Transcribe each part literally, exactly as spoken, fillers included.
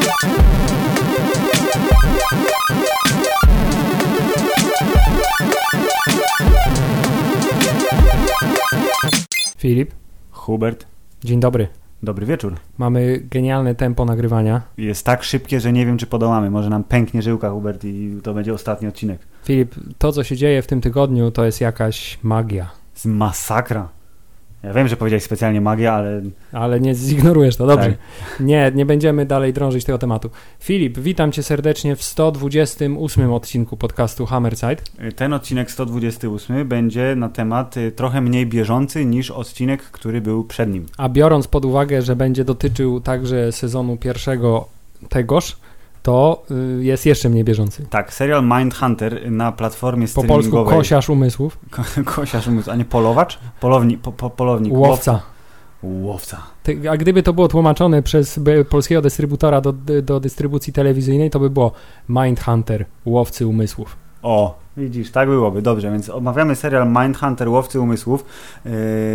Filip. Hubert. Dzień dobry. Dobry wieczór. Mamy genialne tempo nagrywania. Jest tak szybkie, że nie wiem, czy podołamy. Może nam pęknie żyłka, Hubert, i to będzie ostatni odcinek. Filip, to co się dzieje w tym tygodniu, to jest jakaś magia. Z masakra. Ja wiem, że powiedziałeś specjalnie magia, ale... Ale nie zignorujesz to, dobrze. Tak. Nie, nie będziemy dalej drążyć tego tematu. Filip, witam cię serdecznie w sto dwudziestym ósmym odcinku podcastu Hammerside. Ten odcinek sto dwudziesty ósmy będzie na temat trochę mniej bieżący niż odcinek, który był przed nim. A biorąc pod uwagę, że będzie dotyczył także sezonu pierwszego tegoż, to y, jest jeszcze mniej bieżący. Tak, serial Mindhunter na platformie Po streamingowej. polsku kosiarz umysłów. Ko- kosiarz umysłów, a nie polowacz? Polowni, po, po, polownik. Łowca. Łowca. Ty, a gdyby to było tłumaczone przez b, polskiego dystrybutora do, do dystrybucji telewizyjnej, to by było Mindhunter, łowcy umysłów. O, widzisz, tak byłoby, dobrze, więc omawiamy serial Mindhunter, łowcy umysłów yy,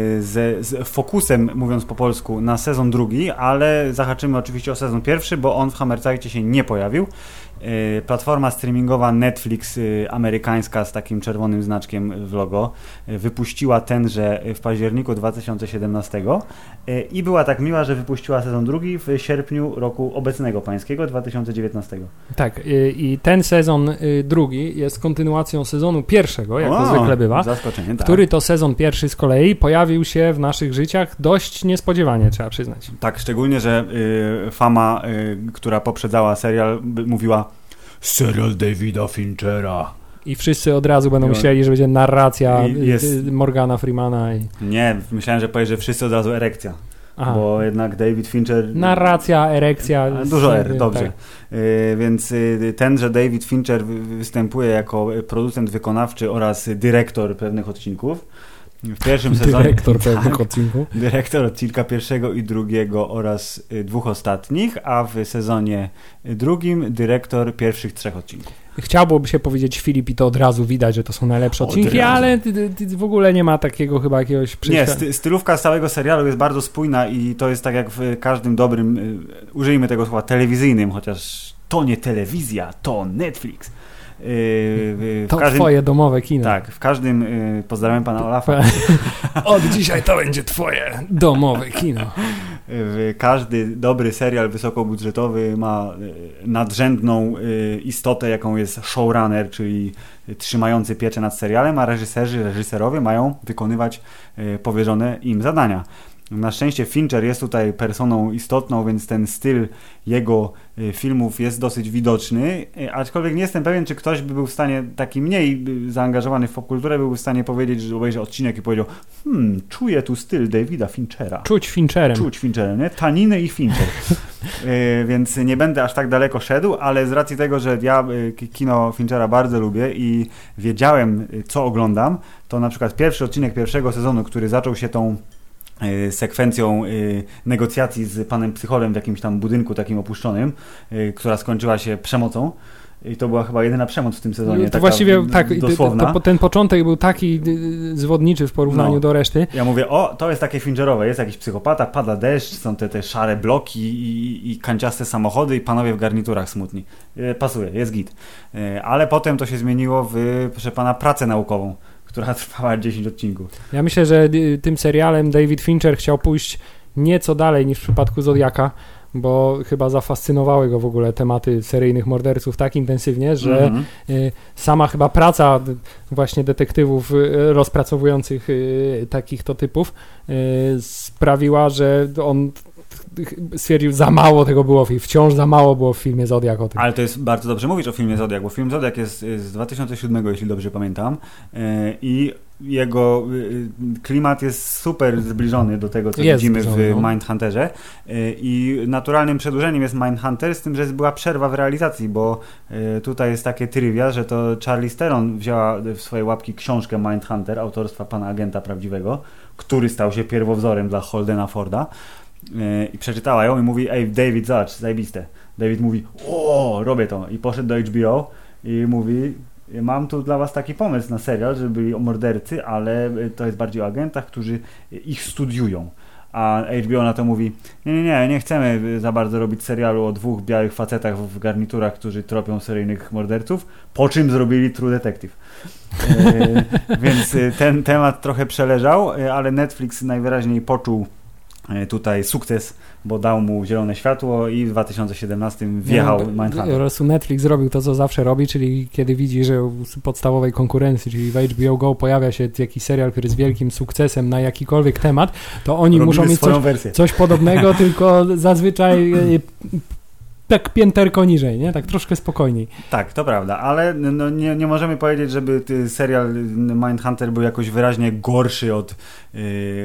z, z fokusem, mówiąc po polsku, na sezon drugi, ale zahaczymy oczywiście o sezon pierwszy, bo on w Hammerside się nie pojawił. Yy, platforma streamingowa Netflix yy, amerykańska z takim czerwonym znaczkiem w logo yy, wypuściła tenże w październiku dwa tysiące siedemnastego yy, i była tak miła, że wypuściła sezon drugi w sierpniu roku obecnego pańskiego, dwa tysiące dziewiętnastego. Tak, yy, i ten sezon yy, drugi jest kontynuacją sezonu pierwszego, jak o, to zwykle bywa, zaskoczenie, tak. Który to sezon pierwszy z kolei pojawił się w naszych życiach dość niespodziewanie, trzeba przyznać. Tak, szczególnie, że yy, fama, yy, która poprzedzała serial, by, mówiła serial Davida Finchera. I wszyscy od razu będą I on... myśleli, że będzie narracja jest... Morgana Freemana. I... Nie, myślałem, że powiesz, że wszyscy od razu erekcja. Aha. Bo jednak David Fincher... Narracja, erekcja... Dużo R, dobrze. Tak. Yy, więc yy, ten, że David Fincher występuje jako producent wykonawczy oraz dyrektor pewnych odcinków, w pierwszym sezonie... Dyrektor pewnych tak, odcinków. Dyrektor odcinka pierwszego i drugiego oraz y, dwóch ostatnich, a w sezonie drugim dyrektor pierwszych trzech odcinków. Chciałby się powiedzieć Filip i to od razu widać, że to są najlepsze odcinki, ale ty, ty, w ogóle nie ma takiego chyba jakiegoś... Przyświad... Nie, sty, stylówka całego serialu jest bardzo spójna i to jest tak jak w każdym dobrym, y, użyjmy tego słowa, telewizyjnym, chociaż to nie telewizja, to Netflix. Yy, to każdym, twoje domowe kino. Tak, w każdym, yy, pozdrawiam pana Olafa. Od dzisiaj to będzie twoje domowe kino. Yy, każdy dobry serial wysokobudżetowy ma yy, nadrzędną yy, istotę, jaką jest showrunner, czyli trzymający pieczę nad serialem, a reżyserzy, reżyserowie mają wykonywać yy, powierzone im zadania. Na szczęście Fincher jest tutaj personą istotną, więc ten styl jego filmów jest dosyć widoczny, aczkolwiek nie jestem pewien, czy ktoś by był w stanie, taki mniej zaangażowany w popkulturę, byłby w stanie powiedzieć, że obejrzy odcinek i powiedział, hmm, czuję tu styl Davida Finchera. Czuć Fincherem. Czuć Fincherem, nie? Taniny i Fincher. yy, więc nie będę aż tak daleko szedł, ale z racji tego, że ja kino Finchera bardzo lubię i wiedziałem, co oglądam, to na przykład pierwszy odcinek pierwszego sezonu, który zaczął się tą sekwencją y, negocjacji z panem psycholem w jakimś tam budynku takim opuszczonym, y, która skończyła się przemocą. I to była chyba jedyna przemoc w tym sezonie. To taka właściwie tak, dosłowna. To, to, ten początek był taki zwodniczy w porównaniu no. do reszty. Ja mówię, o, to jest takie Fincherowe, jest jakiś psychopata, pada deszcz, są te, te szare bloki i, i kanciaste samochody i panowie w garniturach smutni. Y, pasuje, jest git. Y, ale potem to się zmieniło w, proszę pana, pracę naukową, która trwała dziesięć odcinków. Ja myślę, że tym serialem David Fincher chciał pójść nieco dalej niż w przypadku Zodiaka, bo chyba zafascynowały go w ogóle tematy seryjnych morderców tak intensywnie, że mm-hmm. sama chyba praca właśnie detektywów rozpracowujących takich to typów sprawiła, że on stwierdził, za mało tego było, wciąż za mało było w filmie Zodiak o tym. Ale to jest bardzo dobrze mówić o filmie Zodiak, bo film Zodiak jest z dwa tysiące siódmego, jeśli dobrze pamiętam, i jego klimat jest super zbliżony do tego, co jest widzimy zbliżony, w no. Mindhunterze i naturalnym przedłużeniem jest Mindhunter, z tym, że była przerwa w realizacji, bo tutaj jest takie trivia, że to Charlize Theron wzięła w swoje łapki książkę Mindhunter autorstwa pana agenta prawdziwego, który stał się pierwowzorem dla Holdena Forda i przeczytała ją i mówi, ej David, zobacz, zajebiste. David mówi, o, robię to i poszedł do H B O i mówi, mam tu dla was taki pomysł na serial, żeby byli o mordercy, ale to jest bardziej o agentach, którzy ich studiują. a H B O na to mówi, nie, nie, nie, nie chcemy za bardzo robić serialu o dwóch białych facetach w garniturach, którzy tropią seryjnych morderców, po czym zrobili True Detective. e, więc ten temat trochę przeleżał, ale Netflix najwyraźniej poczuł tutaj sukces, bo dał mu zielone światło i w dwa tysiące siedemnastym wjechał no, Mindhunter. Po prostu Netflix zrobił to, co zawsze robi, czyli kiedy widzi, że z podstawowej konkurencji, czyli w H B O Go pojawia się jakiś serial, który jest wielkim sukcesem na jakikolwiek temat, to oni Robimy muszą mieć coś, coś podobnego, tylko zazwyczaj tak pięterko niżej, nie? Tak troszkę spokojniej. Tak, to prawda, ale no nie, nie możemy powiedzieć, żeby serial Mindhunter był jakoś wyraźnie gorszy od yy,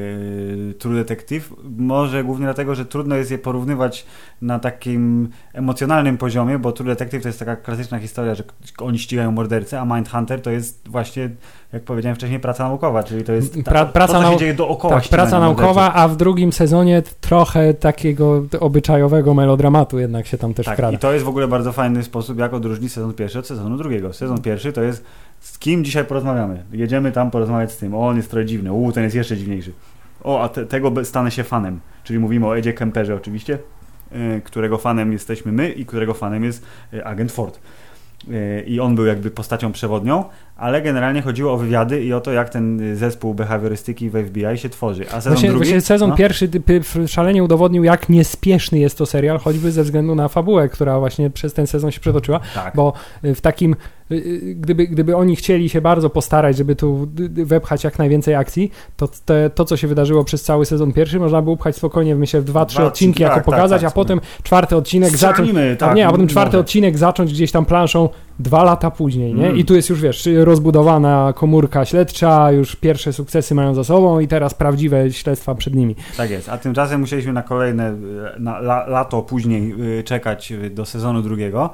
True Detective. Może głównie dlatego, że trudno jest je porównywać na takim emocjonalnym poziomie, bo True Detective to jest taka klasyczna historia, że oni ścigają mordercę, a Mindhunter to jest właśnie, jak powiedziałem wcześniej, praca naukowa, czyli to jest ta, pra, praca to, co nau- się dzieje dookoła. Tak, praca naukowa, morderców. A w drugim sezonie trochę takiego obyczajowego melodramatu jednak się tam też tak, wkrada. I to jest w ogóle bardzo fajny sposób, jak odróżnić sezon pierwszy od sezonu drugiego. Sezon pierwszy to jest, z kim dzisiaj porozmawiamy. Jedziemy tam porozmawiać z tym. O, on jest trochę dziwny. U, ten jest jeszcze dziwniejszy. O, a te, tego stanę się fanem. Czyli mówimy o Edzie Kemperze oczywiście, yy, którego fanem jesteśmy my i którego fanem jest yy, agent Ford. Yy, I on był jakby postacią przewodnią, ale generalnie chodziło o wywiady i o to, jak ten zespół behawiorystyki w F B I się tworzy. A sezon właśnie, drugi... Właśnie sezon no? pierwszy szalenie udowodnił, jak niespieszny jest to serial, choćby ze względu na fabułę, która właśnie przez ten sezon się przetoczyła, tak. Bo w takim, gdyby, gdyby oni chcieli się bardzo postarać, żeby tu wepchać jak najwięcej akcji, to te, to, co się wydarzyło przez cały sezon pierwszy, można by upchać spokojnie, myślę, w dwa, trzy odcinki, jako tak, pokazać, tak, tak, a potem czwarty odcinek zacząć... Tak, nie, a potem czwarty może. odcinek zacząć gdzieś tam planszą dwa lata później, nie? Mm. I tu jest już, wiesz, rozbudowana komórka śledcza, już pierwsze sukcesy mają za sobą i teraz prawdziwe śledztwa przed nimi. Tak jest, a tymczasem musieliśmy na kolejne na la, lato później czekać do sezonu drugiego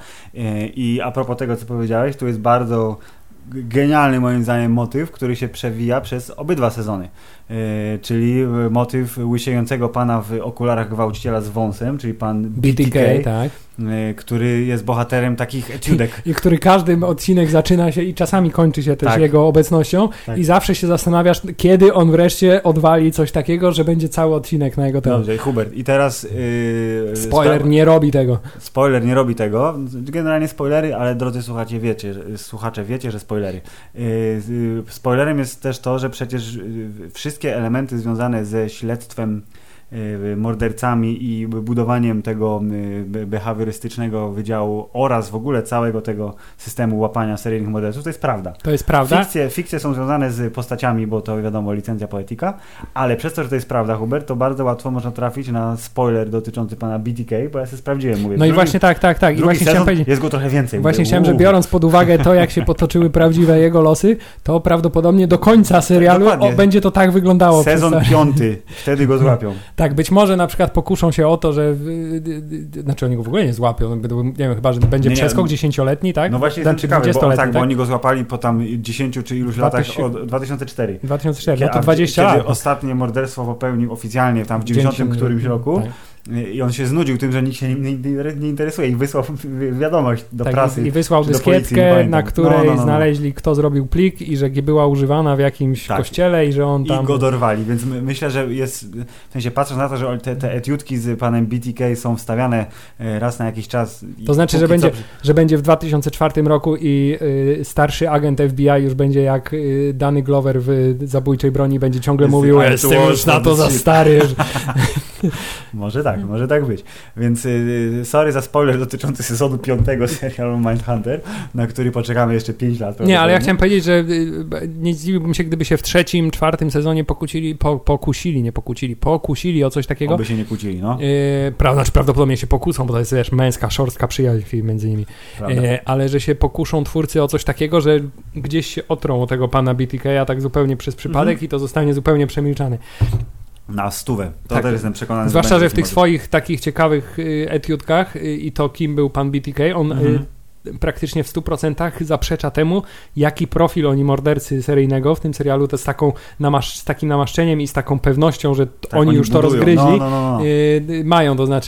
i a propos tego, co powiedziałeś, tu jest bardzo genialny moim zdaniem motyw, który się przewija przez obydwa sezony. Yy, czyli motyw łysiejącego pana w okularach gwałciciela z wąsem, czyli pan B T K, B T K tak. yy, który jest bohaterem takich etiudek. I, I który każdy odcinek zaczyna się i czasami kończy się też tak. jego obecnością tak. i zawsze się zastanawiasz, kiedy on wreszcie odwali coś takiego, że będzie cały odcinek na jego temat. Dobrze, Hubert. I teraz... Yy, spoiler spra- nie robi tego. Spoiler nie robi tego. Generalnie spoilery, ale drodzy słuchacze, wiecie, słuchacze wiecie, że spoilery. Yy, yy, spoilerem jest też to, że przecież yy, wszyscy Wszystkie elementy związane ze śledztwem, y, mordercami i budowaniem tego y, behawiorystycznego wydziału oraz w ogóle całego tego systemu łapania seryjnych morderców, to jest prawda. To jest prawda. Fikcje, fikcje są związane z postaciami, bo to wiadomo, licencja poetyka, ale przez to, że to jest prawda, Hubert, to bardzo łatwo można trafić na spoiler dotyczący pana B T K, bo ja sobie sprawdziłem, mówię. No drugi, i właśnie tak, tak, tak. I właśnie chciałem powiedzieć, jest go trochę więcej. Właśnie mówię, chciałem, że biorąc pod uwagę to, jak się potoczyły prawdziwe jego losy, to prawdopodobnie do końca serialu o, będzie to tak wyglądało. Sezon przez... piąty, wtedy go złapią. Tak, być może na przykład pokuszą się o to, że znaczy oni go w ogóle nie złapią, nie wiem, chyba, że będzie nie, przeskok dziesięcioletni, tak? No właśnie jestem ciekawy, bo, tak, tak, bo oni go złapali po tam dziesięciu czy iluś latach od dwa tysiące cztery. dwa tysiące cztery, no to dwadzieścia lat. Kiedy ostatnie morderstwo popełnił oficjalnie tam w dziewięćdziesiątym którymś roku. Tak. I on się znudził tym, że nikt się nie, nie interesuje i wysłał wiadomość do tak, prasy. I wysłał dyskietkę, policji, na której no, no, no, no. znaleźli, kto zrobił plik i że była używana w jakimś tak. kościele i że on tam... I go dorwali, więc my, myślę, że jest, w sensie patrząc na to, że te, te etiudki z panem B T K są wstawiane raz na jakiś czas. To znaczy, że będzie, co... że będzie w dwa tysiące czwartym roku i y, starszy agent F B I już będzie jak y, Danny Glover w Zabójczej broni, będzie ciągle mówił, jestem już na to za stary. Może tak. Tak, może tak być. Więc yy, sorry za spoiler dotyczący sezonu piątego serialu Mindhunter, na który poczekamy jeszcze pięć lat. Nie, ale ja chciałem powiedzieć, że yy, nie zdziwiłbym się, gdyby się w trzecim, czwartym sezonie pokłócili, po, pokusili, nie pokłócili, pokusili o coś takiego. Oby się nie kłócili, no. Yy, pra, znaczy prawdopodobnie się pokusą, bo to jest, wiesz, męska, szorstka przyjaźń między nimi. Yy, ale że się pokuszą twórcy o coś takiego, że gdzieś się otrą o tego pana B T K, a tak zupełnie przez przypadek mhm. i to zostanie zupełnie przemilczane. Na stówę. To tak. też jestem przekonany. Zwłaszcza, że w tych może... swoich takich ciekawych y, etiudkach y, i to, kim był pan B T K, on mhm. y, praktycznie w stu procentach zaprzecza temu, jaki profil oni mordercy seryjnego w tym serialu, to z, taką namasz- z takim namaszczeniem i z taką pewnością, że tak, oni, oni już budują. to rozgryźli, no, no, no, no. Y, y, mają, to znaczy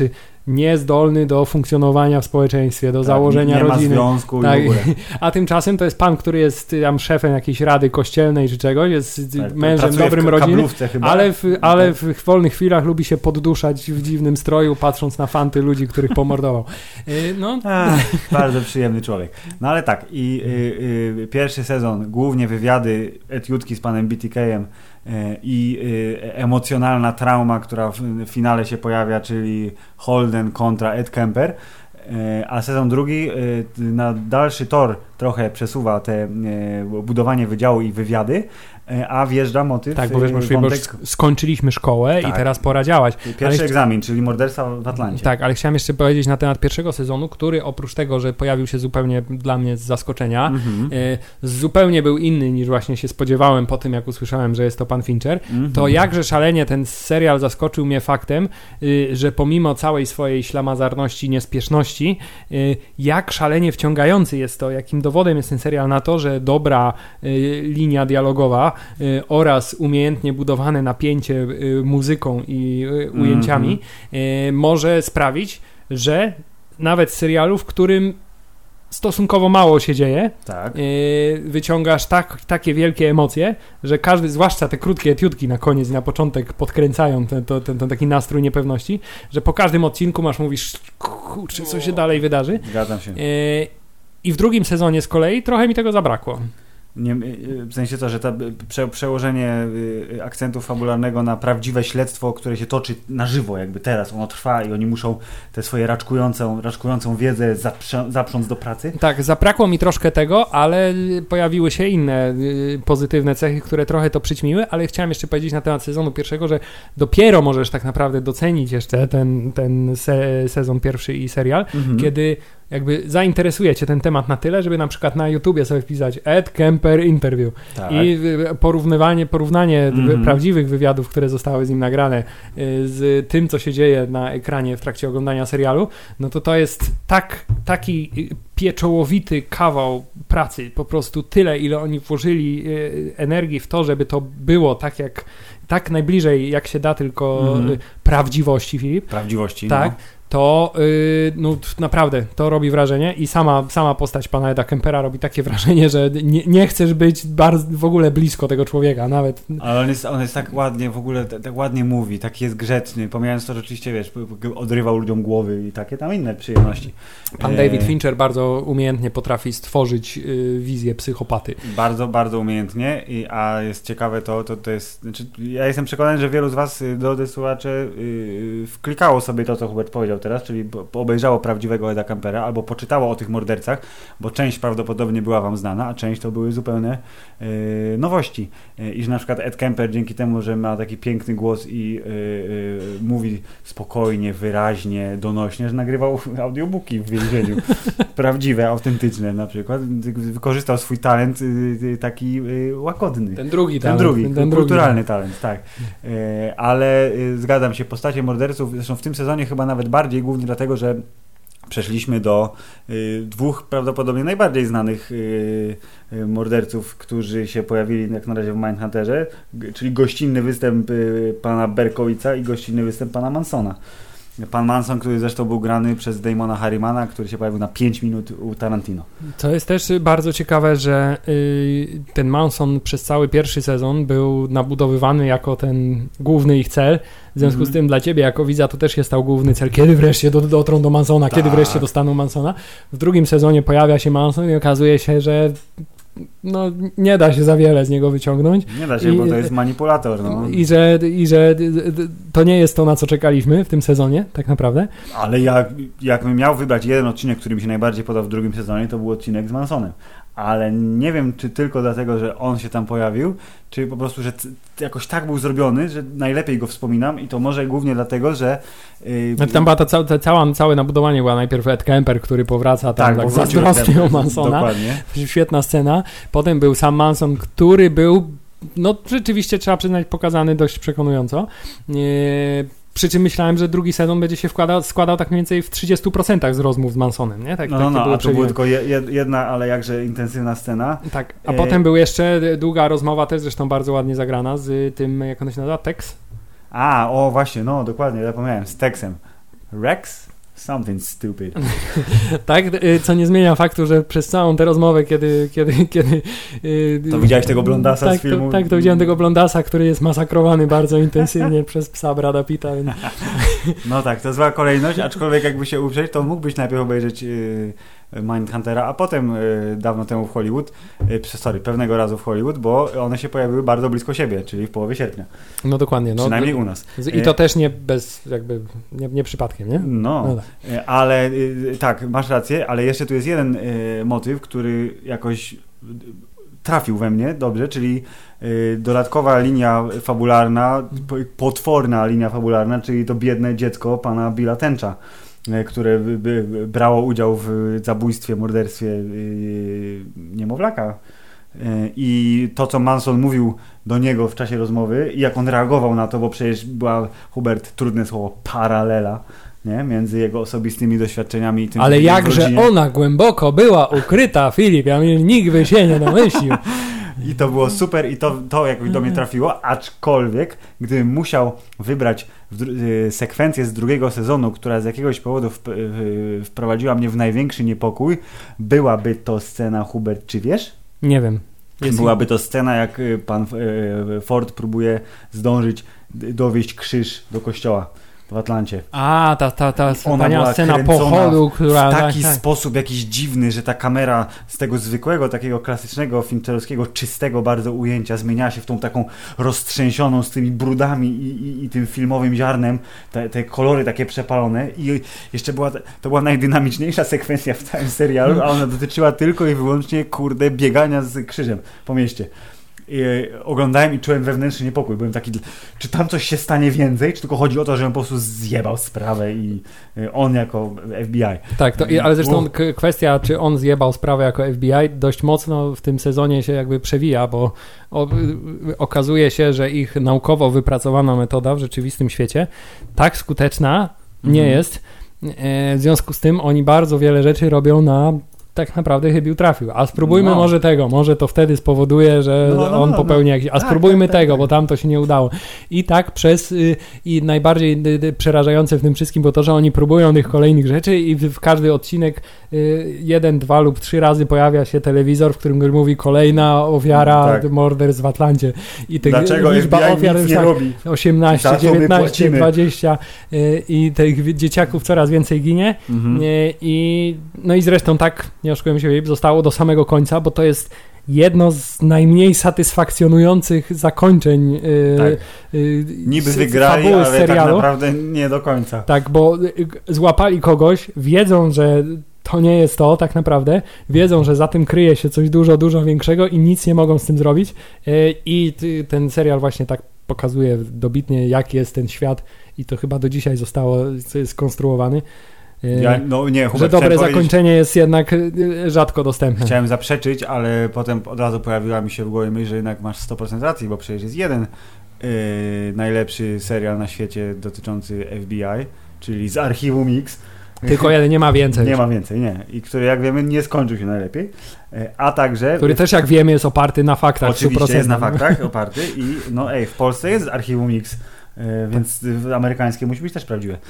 niezdolny do funkcjonowania w społeczeństwie, do tak, założenia nie rodziny. Ma związku tak. i w ogóle. A tymczasem to jest pan, który jest tam szefem jakiejś rady kościelnej czy czegoś, jest tak, mężem dobrym rodziny, ale, w, ale w wolnych chwilach lubi się podduszać w dziwnym stroju, patrząc na fanty ludzi, których pomordował. No. A, bardzo przyjemny człowiek. No ale tak, i y, y, pierwszy sezon, głównie wywiady, etiutki z panem B T K-em y, i y, emocjonalna trauma, która w, w finale się pojawia, czyli Holden kontra Ed Kemper, y, a sezon drugi y, na dalszy tor trochę przesuwa te y, budowanie wydziału i wywiady, a wjeżdża motyw. Tak, bo wiesz, bo wątek... skończyliśmy szkołę tak. i teraz pora działać. Pierwszy ale egzamin, czyli morderstwa w Atlancie. Tak, ale chciałem jeszcze powiedzieć na temat pierwszego sezonu, który oprócz tego, że pojawił się zupełnie dla mnie z zaskoczenia, mm-hmm. y, zupełnie był inny niż właśnie się spodziewałem po tym, jak usłyszałem, że jest to pan Fincher, mm-hmm. to jakże szalenie ten serial zaskoczył mnie faktem, y, że pomimo całej swojej ślamazarności, niespieszności, y, jak szalenie wciągający jest to, jakim dowodem jest ten serial na to, że dobra y, linia dialogowa oraz umiejętnie budowane napięcie muzyką i ujęciami mm-hmm. może sprawić, że nawet z serialu, w którym stosunkowo mało się dzieje, tak. wyciągasz tak, takie wielkie emocje, że każdy, zwłaszcza te krótkie etiutki na koniec i na początek podkręcają ten, ten, ten, ten taki nastrój niepewności, że po każdym odcinku masz, mówisz, kurczę, co się dalej wydarzy. Zgadzam się. I w drugim sezonie z kolei trochę mi tego zabrakło. Nie, w sensie to, że to prze, przełożenie akcentu fabularnego na prawdziwe śledztwo, które się toczy na żywo, jakby teraz ono trwa i oni muszą tę swoją raczkującą, raczkującą wiedzę zaprze, zaprząc do pracy. Tak, zabrakło mi troszkę tego, ale pojawiły się inne pozytywne cechy, które trochę to przyćmiły, ale chciałem jeszcze powiedzieć na temat sezonu pierwszego, że dopiero możesz tak naprawdę docenić jeszcze ten, ten se, sezon pierwszy i serial, mhm. kiedy jakby zainteresuje cię ten temat na tyle, żeby na przykład na YouTubie sobie wpisać Ed Kemper interview tak. i porównywanie, porównanie mm-hmm. prawdziwych wywiadów, które zostały z nim nagrane z tym, co się dzieje na ekranie w trakcie oglądania serialu, no to to jest tak, taki pieczołowity kawał pracy, po prostu tyle, ile oni włożyli energii w to, żeby to było tak jak, tak najbliżej jak się da tylko mm-hmm. prawdziwości, Filip. Prawdziwości, tak. No. to yy, no naprawdę to robi wrażenie i sama, sama postać pana Eda Kempera robi takie wrażenie, że nie, nie chcesz być bardzo, w ogóle blisko tego człowieka, nawet. Ale on jest, on jest tak ładnie, w ogóle tak, tak ładnie mówi, tak jest grzeczny, pomijając to, że oczywiście, wiesz, odrywał ludziom głowy i takie tam inne przyjemności. Pan David Fincher bardzo umiejętnie potrafi stworzyć yy, wizję psychopaty. Bardzo, bardzo umiejętnie, i, a jest ciekawe to, to, to jest, znaczy, ja jestem przekonany, że wielu z was, drodzy słuchacze, yy, wklikało sobie to, co Hubert powiedział teraz, czyli obejrzało prawdziwego Eda Kempera albo poczytało o tych mordercach, bo część prawdopodobnie była wam znana, a część to były zupełne yy, nowości. Yy, I że na przykład Ed Kemper dzięki temu, że ma taki piękny głos i yy, yy, mówi spokojnie, wyraźnie, donośnie, że nagrywał audiobooki w więzieniu. Prawdziwe, autentyczne na przykład. Wykorzystał swój talent yy, taki yy, łagodny. Ten drugi ten talent. Drugi, ten, ten kulturalny drugi. talent, tak. Yy, ale yy, zgadzam się, postacie morderców, zresztą w tym sezonie chyba nawet bardziej, głównie dlatego, że przeszliśmy do y, dwóch prawdopodobnie najbardziej znanych y, y, morderców, którzy się pojawili jak na razie w Mindhunterze, g- czyli gościnny występ y, pana Berkowica i gościnny występ pana Mansona. Pan Manson, który zresztą był grany przez Damona Harrimana, który się pojawił na pięć minut u Tarantino. To jest też bardzo ciekawe, że y, ten Manson przez cały pierwszy sezon był nabudowywany jako ten główny ich cel. W związku mm-hmm. z tym dla ciebie jako widza to też się stał główny cel. Kiedy wreszcie do, dotrą do Mansona? Tak. Kiedy wreszcie dostaną Mansona? W drugim sezonie pojawia się Manson i okazuje się, że no nie da się za wiele z niego wyciągnąć. Nie da się, I, bo to jest manipulator. No. I, że, I że to nie jest to, na co czekaliśmy w tym sezonie, tak naprawdę. Ale jak, jakbym miał wybrać jeden odcinek, który mi się najbardziej podobał w drugim sezonie, to był odcinek z Mansonem. Ale nie wiem, czy tylko dlatego, że on się tam pojawił, czy po prostu, że c- jakoś tak był zrobiony, że najlepiej go wspominam i to może głównie dlatego, że... Yy, no, tam była ta, ca- ta cała, całe nabudowanie była najpierw Ed Kemper, który powraca tam tak, tak zazdrosnie o Mansona. Dokładnie. Świetna scena. Potem był sam Manson, który był, no rzeczywiście trzeba przyznać, pokazany dość przekonująco. Yy, Przy czym myślałem, że drugi sezon będzie się wkładał, składał tak mniej więcej w trzydziestu procentach z rozmów z Mansonem, nie? Tak, no, no, no a to była tylko jedna, ale jakże intensywna scena. Tak, a e... potem był jeszcze długa rozmowa, też zresztą bardzo ładnie zagrana, z tym, jak on się nazywa, Tex? A, o właśnie, no dokładnie, zapomniałem, z Texem. Rex? Something stupid. Tak, co nie zmienia faktu, że przez całą tę rozmowę, kiedy... kiedy, kiedy to widziałeś tego blondasa tak, z filmu? To, tak, to widziałem tego blondasa, który jest masakrowany bardzo intensywnie przez psa Brada Pitta. Więc... No tak, to zła kolejność, aczkolwiek jakby się uprzeć, to mógłbyś najpierw obejrzeć yy, Mindhuntera, a potem yy, dawno temu w Hollywood, yy, sorry, pewnego razu w Hollywood, bo one się pojawiły bardzo blisko siebie, czyli w połowie sierpnia. No dokładnie. No, Przynajmniej u nas. I to też nie bez, jakby, nie, nie przypadkiem, nie? No, no tak. ale yy, tak, masz rację, ale jeszcze tu jest jeden yy, motyw, który jakoś trafił we mnie dobrze, czyli y, dodatkowa linia fabularna, potworna linia fabularna, czyli to biedne dziecko pana Billa Tencha, y, które by, by brało udział w zabójstwie, morderstwie y, niemowlaka. Y, I to, co Manson mówił do niego w czasie rozmowy i jak on reagował na to, bo przecież była, Hubert, trudne słowo, paralela, nie? Między jego osobistymi doświadczeniami i tym... Ale jakże ona głęboko była ukryta, Filip, ja mnie nikt by się nie domyślił. I to było super i to, to jakoś do mnie trafiło, aczkolwiek gdybym musiał wybrać w, sekwencję z drugiego sezonu, która z jakiegoś powodu w, w, wprowadziła mnie w największy niepokój, byłaby to scena, Hubert, czy wiesz? Nie wiem. Jest byłaby to scena, jak pan Ford próbuje zdążyć dowieść krzyż do kościoła w Atlancie. A, ta, ta, ta wspaniała scena pochodu, która... w taki tak, tak. sposób jakiś dziwny, że ta kamera z tego zwykłego, takiego klasycznego, fincherowskiego, czystego bardzo ujęcia zmienia się w tą taką roztrzęsioną z tymi brudami i, i, i tym filmowym ziarnem, te, te kolory takie przepalone i jeszcze była, to była najdynamiczniejsza sekwencja w całym serialu, a ona dotyczyła tylko i wyłącznie, kurde, biegania z krzyżem po mieście. I oglądałem i czułem wewnętrzny niepokój. Byłem taki, czy tam coś się stanie więcej, czy tylko chodzi o to, żebym po prostu zjebał sprawę i on jako F B I. Tak, to, ale zresztą uh. kwestia, czy on zjebał sprawę jako F B I, dość mocno w tym sezonie się jakby przewija, bo o, okazuje się, że ich naukowo wypracowana metoda w rzeczywistym świecie tak skuteczna nie mm. jest. W związku z tym oni bardzo wiele rzeczy robią na tak naprawdę chybił trafił. A spróbujmy no. może tego, może to wtedy spowoduje, że no, no, on no, popełni jakiś... A tak, spróbujmy tak, tak, tego, tak. bo tam to się nie udało. I tak przez... Y, I najbardziej y, y, przerażające w tym wszystkim było to, że oni próbują tych kolejnych rzeczy i w, w każdy odcinek y, jeden, dwa lub trzy razy pojawia się telewizor, w którym mówi kolejna ofiara tak. morderstw w Atlancie. I tych, Dlaczego liczba ofiar nic nie tak, robi? osiemnaście, dziewiętnaście, dwadzieścia y, i tych dzieciaków coraz więcej ginie. Mhm. Y, i, no i zresztą tak... nie oszukujemy się, zostało do samego końca, bo to jest jedno z najmniej satysfakcjonujących zakończeń yy, tak. yy, niby wygrali, ale serialu. Tak naprawdę nie do końca. Tak, bo złapali kogoś, wiedzą, że to nie jest to tak naprawdę, wiedzą, że za tym kryje się coś dużo, dużo większego i nic nie mogą z tym zrobić yy, i ten serial właśnie tak pokazuje dobitnie, jaki jest ten świat i to chyba do dzisiaj zostało skonstruowany. Ja, no nie, Hubert, że dobre zakończenie jest jednak rzadko dostępne. Chciałem zaprzeczyć, ale potem od razu pojawiła mi się w głowie myśl, że jednak masz sto procent racji, bo przecież jest jeden yy, najlepszy serial na świecie dotyczący F B I, czyli z archiwum X. Tylko jeden, nie ma więcej. Nie ma więcej, nie. I który, jak wiemy, nie skończył się najlepiej. A także... Który też, jak wiemy, jest oparty na faktach. Oczywiście sto procent. Jest na faktach oparty i no ej, w Polsce jest archiwum X. Więc amerykańskie musi być też prawdziwe.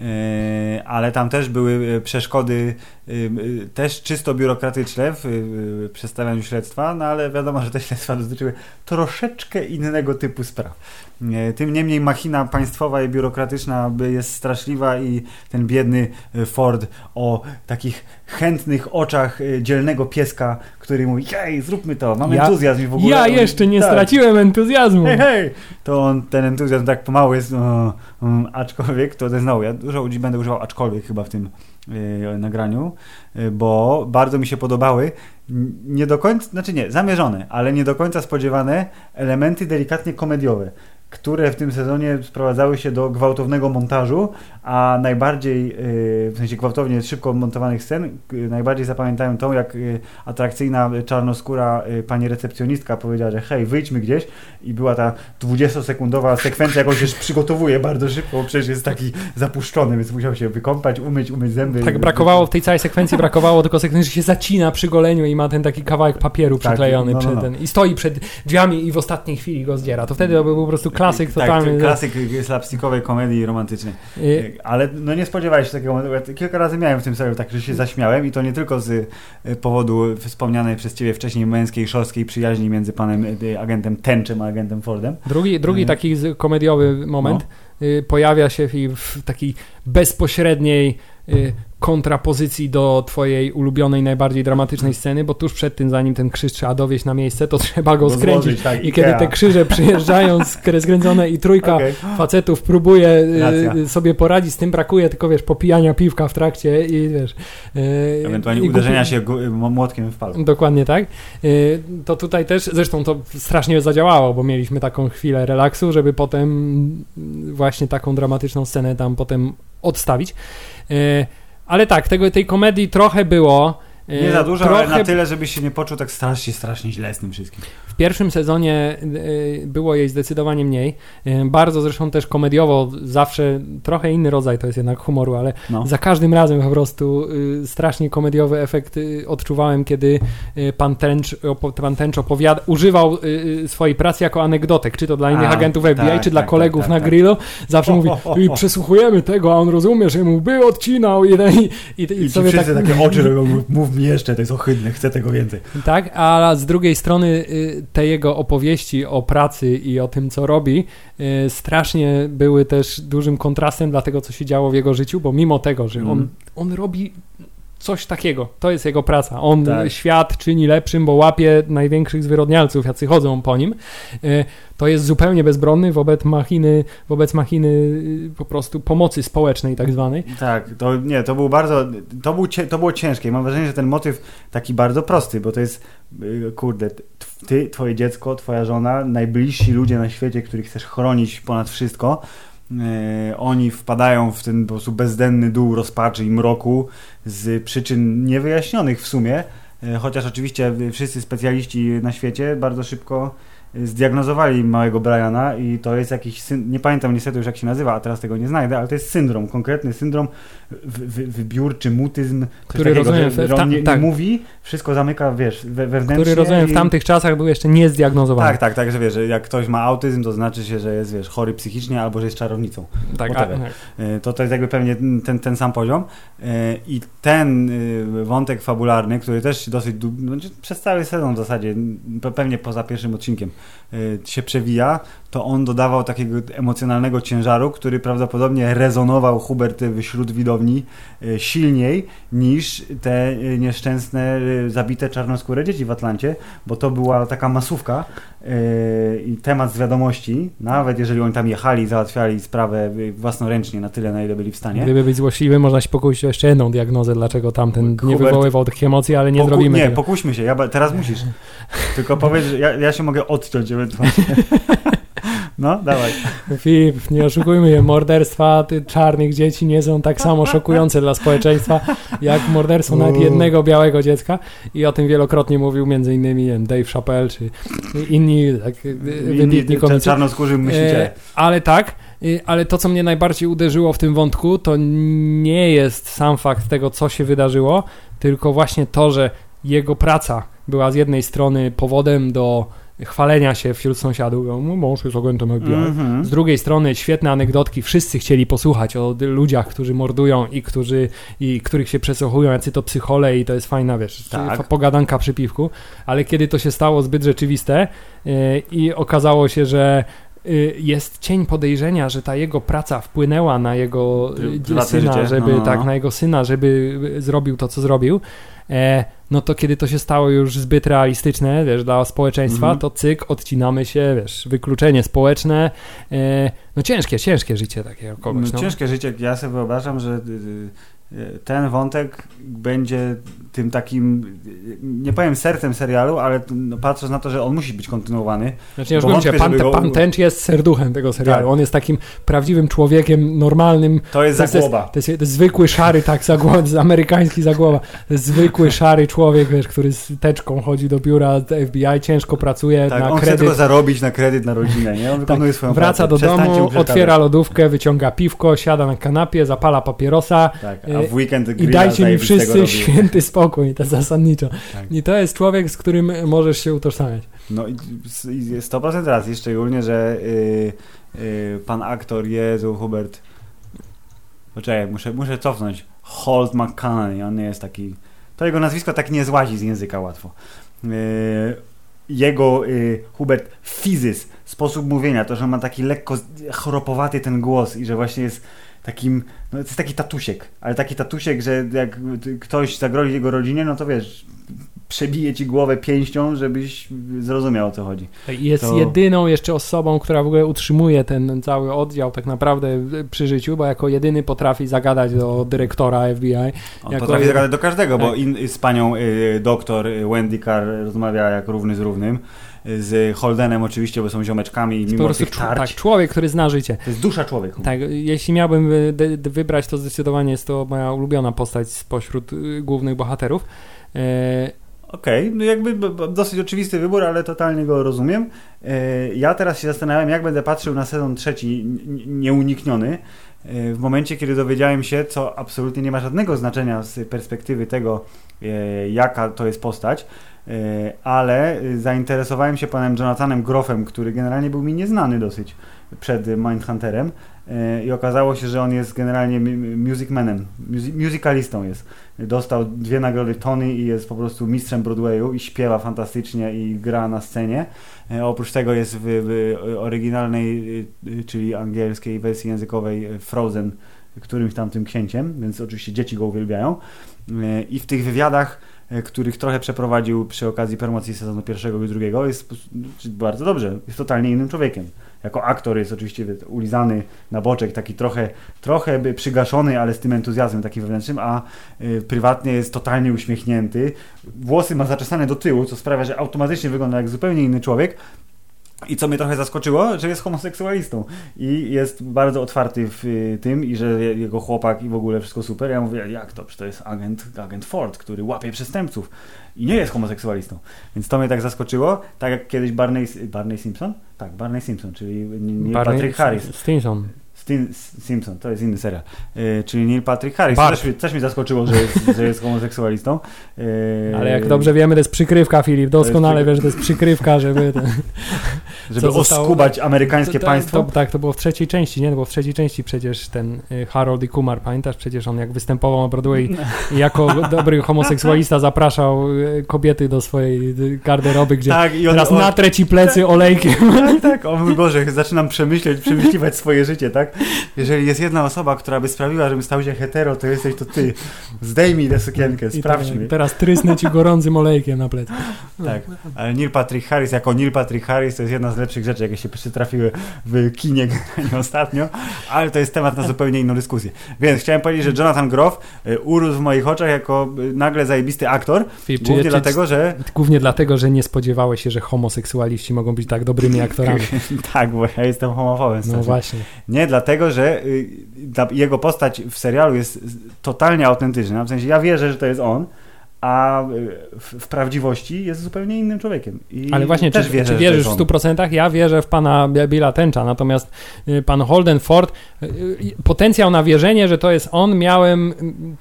Ale tam też były przeszkody też czysto biurokratyczne w przedstawianiu śledztwa, no ale wiadomo, że te śledztwa dotyczyły troszeczkę innego typu spraw. Tym niemniej machina państwowa i biurokratyczna jest straszliwa i ten biedny Ford o takich chętnych oczach dzielnego pieska, który mówi, hej, zróbmy to, mam ja, entuzjazm i w ogóle. Ja jeszcze nie tak. straciłem entuzjazmu. Hej, hej. To on, ten entuzjazm tak pomału jest, no, um, aczkolwiek, to znowu, ja dużo będę używał aczkolwiek chyba w tym y, nagraniu, y, bo bardzo mi się podobały nie do końca, znaczy nie, zamierzone, ale nie do końca spodziewane elementy delikatnie komediowe, które w tym sezonie sprowadzały się do gwałtownego montażu, a najbardziej, w sensie gwałtownie, szybko montowanych scen, najbardziej zapamiętają tą, jak atrakcyjna czarnoskóra pani recepcjonistka powiedziała, że hej, wyjdźmy gdzieś i była ta dwudziestosekundowa sekwencja, jaką się przygotowuje bardzo szybko, bo przecież jest taki zapuszczony, więc musiał się wykąpać, umyć, umyć zęby. Tak, brakowało w tej całej sekwencji, brakowało tylko sekwencji, że się zacina przy goleniu i ma ten taki kawałek papieru przyklejony tak, no, no, no. Przed ten, i stoi przed drzwiami i w ostatniej chwili go zdziera. To wtedy to był po prostu klasyk totalny. Tak, klasyk slapstickowej komedii romantycznej. I... Ale no nie spodziewałeś się takiego momentu. Kilka razy miałem w tym serialu tak, że się zaśmiałem i to nie tylko z powodu wspomnianej przez ciebie wcześniej męskiej, szorstkiej przyjaźni między panem agentem Tenczem a agentem Fordem. Drugi, drugi taki komediowy moment no. pojawia się w takiej bezpośredniej kontrapozycji do twojej ulubionej, najbardziej dramatycznej sceny, bo tuż przed tym, zanim ten krzyż trzeba dowieść na miejsce, to trzeba go, go skręcić. Złożyć, tak, I kiedy te krzyże przyjeżdżają skręcone i trójka okay. facetów próbuje y, sobie poradzić z tym, brakuje tylko, wiesz, popijania piwka w trakcie i wiesz... Y, Ewentualnie i uderzenia kupi... się młotkiem w palec. Dokładnie tak. Y, to tutaj też, zresztą to strasznie zadziałało, bo mieliśmy taką chwilę relaksu, żeby potem właśnie taką dramatyczną scenę tam potem odstawić. Y, Ale tak, tego, tej komedii trochę było. Nie za dużo, trochę... ale na tyle, żebyś się nie poczuł tak strasznie, strasznie źle z tym wszystkim. W pierwszym sezonie było jej zdecydowanie mniej. Bardzo zresztą też komediowo, zawsze trochę inny rodzaj to jest jednak humoru, ale no. za każdym razem po prostu strasznie komediowy efekt odczuwałem, kiedy pan Tench, pan Tench opowiada, używał swojej pracy jako anegdotek, czy to dla innych a, agentów F B I, tak, czy dla tak, kolegów tak, tak, na tak. grillu. Zawsze o, mówi, o, o, o. przesłuchujemy tego, a on rozumie, że mu by odcinał i, i, i, i, I sobie wszyscy tak... takie oczy robią, mów mi jeszcze, to jest ohydne, chcę tego więcej. Tak, a z drugiej strony te jego opowieści o pracy i o tym, co robi, yy, strasznie były też dużym kontrastem dla tego, co się działo w jego życiu, bo mimo tego, że mm. on, on robi coś takiego, to jest jego praca. On tak. świat czyni lepszym, bo łapie największych zwyrodnialców, jacy chodzą po nim. Yy, to jest zupełnie bezbronny wobec machiny, wobec machiny yy, po prostu pomocy społecznej tak zwanej. Tak, to nie, to był bardzo, to, był, to było ciężkie. Mam wrażenie, że ten motyw taki bardzo prosty, bo to jest, yy, kurde, ty, twoje dziecko, twoja żona, najbliżsi ludzie na świecie, których chcesz chronić ponad wszystko, Yy, oni wpadają w ten po prostu bezdenny dół rozpaczy i mroku z przyczyn niewyjaśnionych w sumie, yy, chociaż oczywiście wszyscy specjaliści na świecie bardzo szybko zdiagnozowali małego Briana i to jest jakiś, syn- nie pamiętam niestety już jak się nazywa, a teraz tego nie znajdę, ale to jest syndrom, konkretny syndrom, wy- wy- wybiórczy mutyzm, który takiego, rozumiem, że, że on nie, tak. nie mówi, wszystko zamyka, wiesz, we- wewnętrznie. Który rozumiem w tamtych czasach był jeszcze niezdiagnozowany. Tak, tak, tak, że wiesz, że jak ktoś ma autyzm, to znaczy się, że jest, wiesz, chory psychicznie albo że jest czarownicą. Tak, a, tak. To, to jest jakby pewnie ten, ten sam poziom i ten wątek fabularny, który też dosyć, znaczy przez cały sezon w zasadzie, pewnie poza pierwszym odcinkiem się przewija, to on dodawał takiego emocjonalnego ciężaru, który prawdopodobnie rezonował Hubert wśród widowni silniej niż te nieszczęsne, zabite czarnoskóre dzieci w Atlancie, bo to była taka masówka i temat z wiadomości, nawet jeżeli oni tam jechali i załatwiali sprawę własnoręcznie na tyle, na ile byli w stanie. Gdyby być złośliwy, można się pokusić o jeszcze jedną diagnozę, dlaczego tamten Hubert nie wywoływał tych emocji, ale nie poku- zrobimy Nie, tego. pokuśmy się, ja, teraz musisz. Tylko powiedz, że ja, ja się mogę odciąć ewentualnie. No, dawaj. Filip, nie oszukujmy się, morderstwa czarnych dzieci nie są tak samo szokujące dla społeczeństwa, jak morderstwo nawet jednego białego dziecka i o tym wielokrotnie mówił między innymi wiem, Dave Chappelle, czy inni tak, wybitni komicy. Czarnoskórzy myśliciele. Ale tak, ale to, co mnie najbardziej uderzyło w tym wątku, to nie jest sam fakt tego, co się wydarzyło, tylko właśnie to, że jego praca była z jednej strony powodem do chwalenia się wśród sąsiadów, mój mąż jest agentem F B I. Mm-hmm. Z drugiej strony świetne anegdotki, wszyscy chcieli posłuchać o ludziach, którzy mordują i, którzy, i których się przesłuchują, jacy to psychole i to jest fajna, wiesz, tak. pogadanka przy piwku, ale kiedy to się stało zbyt rzeczywiste yy, i okazało się, że jest cień podejrzenia, że ta jego praca wpłynęła na jego Prywatne syna, życie. żeby no. tak, na jego syna, żeby zrobił to, co zrobił, e, no to kiedy to się stało już zbyt realistyczne, wiesz, dla społeczeństwa, mm-hmm. to cyk, odcinamy się, wiesz, wykluczenie społeczne, e, no ciężkie, ciężkie życie takiego kogoś. No, no. Ciężkie życie, ja sobie wyobrażam, że ten wątek będzie tym takim, nie powiem sercem serialu, ale no, patrząc na to, że on musi być kontynuowany. Znaczy, już wątpię, pan, go... pan Tench jest serduchem tego serialu. Tak. On jest takim prawdziwym człowiekiem, normalnym. To jest Zagłoba. To jest, to jest, to jest zwykły, szary, tak, Zagłoba, amerykański Zagłoba. To jest zwykły, szary człowiek, wiesz, który z teczką chodzi do biura F B I, ciężko pracuje tak, na on kredyt. chce tylko zarobić na kredyt, na rodzinę, nie? On wykonuje tak, swoją wraca pracę. do domu, otwiera lodówkę, wyciąga piwko, siada na kanapie, zapala papierosa. Tak, a w weekend i dajcie mi wszyscy święty spokój, to zasadniczo. Tak. I to jest człowiek, z którym możesz się utożsamiać. No i sto procent racji, szczególnie, że yy, yy, pan aktor, Jezu, Hubert, poczekaj, muszę, muszę cofnąć, Holt McCallany, on nie jest taki, to jego nazwisko tak nie złazi z języka łatwo. Yy, jego yy, Hubert Fizys, sposób mówienia, to, że on ma taki lekko choropowaty ten głos i że właśnie jest takim, no to jest taki tatusiek, ale taki tatusiek, że jak ktoś zagrozi jego rodzinie, no to wiesz, przebije ci głowę pięścią, żebyś zrozumiał, o co chodzi. Jest to... jedyną jeszcze osobą, która w ogóle utrzymuje ten cały oddział tak naprawdę przy życiu, bo jako jedyny potrafi zagadać do dyrektora F B I. On jako... potrafi zagadać do każdego, bo in, z panią y, doktor Wendy Carr rozmawia jak równy z równym. Z Holdenem oczywiście, bo są ziomeczkami mimo po tych tarć. Tak, człowiek, który zna życie. To jest dusza człowieka. Tak, jeśli miałbym dy, dy wybrać, to zdecydowanie jest to moja ulubiona postać spośród y, głównych bohaterów. E... Okej, okay, no jakby dosyć oczywisty wybór, ale totalnie go rozumiem. E, ja teraz się zastanawiam, jak będę patrzył na sezon trzeci nieunikniony, e, w momencie, kiedy dowiedziałem się, co absolutnie nie ma żadnego znaczenia z perspektywy tego, e, jaka to jest postać, ale zainteresowałem się panem Jonathanem Groffem, który generalnie był mi nieznany dosyć przed Mindhunterem i okazało się, że on jest generalnie musicmanem, musicalistą jest. Dostał dwie nagrody Tony i jest po prostu mistrzem Broadwayu i śpiewa fantastycznie i gra na scenie. Oprócz tego jest w, w oryginalnej, czyli angielskiej wersji językowej Frozen, którymś tam tym księciem, więc oczywiście dzieci go uwielbiają. I w tych wywiadach, których trochę przeprowadził przy okazji promocji sezonu pierwszego i drugiego, jest bardzo dobrze, jest totalnie innym człowiekiem. Jako aktor jest oczywiście ulizany na boczek, taki trochę, trochę przygaszony, ale z tym entuzjazmem takim wewnętrznym, a y, prywatnie jest totalnie uśmiechnięty. Włosy ma zaczesane do tyłu, co sprawia, że automatycznie wygląda jak zupełnie inny człowiek. I co mnie trochę zaskoczyło, że jest homoseksualistą i jest bardzo otwarty w y, tym i że jego chłopak i w ogóle wszystko super. Ja mówię, jak to? Przecież to jest agent, agent Ford, który łapie przestępców i nie jest homoseksualistą. Więc to mnie tak zaskoczyło, tak jak kiedyś Barney, Barney Simpson? Tak, Barney Simpson, czyli Neil Barney Patrick Harris. Stinson. Stin, Simpson, to jest inny serial. Yy, czyli Neil Patrick Harris. Też, też mnie zaskoczyło, że jest, że jest homoseksualistą. Yy, Ale jak dobrze wiemy, to jest przykrywka, Filip. Doskonale wiesz, że to jest przykrywka, żeby... Ten, żeby oskubać amerykańskie to, to, państwo. To, tak, to było w trzeciej części, nie? To było w trzeciej części przecież ten Harold i Kumar, pamiętasz? Przecież on jak występował na Broadway i jako dobry homoseksualista zapraszał kobiety do swojej garderoby, gdzie tak, i on, teraz on, natrę ci plecy tak, olejkiem. Tak, tak. O mój Boże, zaczynam przemyśleć, przemyśliwać swoje życie, tak? Jeżeli jest jedna osoba, która by sprawiła, żebym stał się hetero, to jesteś to ty. Zdejmij tę sukienkę, sprawdź mnie. Teraz trysnę ci gorącym olejkiem na plecy. Tak, ale Neil Patrick Harris jako Neil Patrick Harris to jest jedna z lepszych rzeczy, jakie się przytrafiły w kinie ostatnio, ale to jest temat na zupełnie inną dyskusję. Więc chciałem powiedzieć, że Jonathan Groff urósł w moich oczach jako nagle zajebisty aktor, Filip, głównie czy, dlatego, że... Głównie dlatego, że nie spodziewałeś się, że homoseksualiści mogą być tak dobrymi aktorami. Tak, bo ja jestem homofobem. No właśnie. Nie, dlatego, że jego postać w serialu jest totalnie autentyczna, w sensie ja wierzę, że to jest on, a w, w prawdziwości jest zupełnie innym człowiekiem. I ale właśnie, też czy, wierzę, czy wierzysz w stu procentach? Ja wierzę w pana Billa Tencha, natomiast pan Holden Ford, potencjał na wierzenie, że to jest on, miałem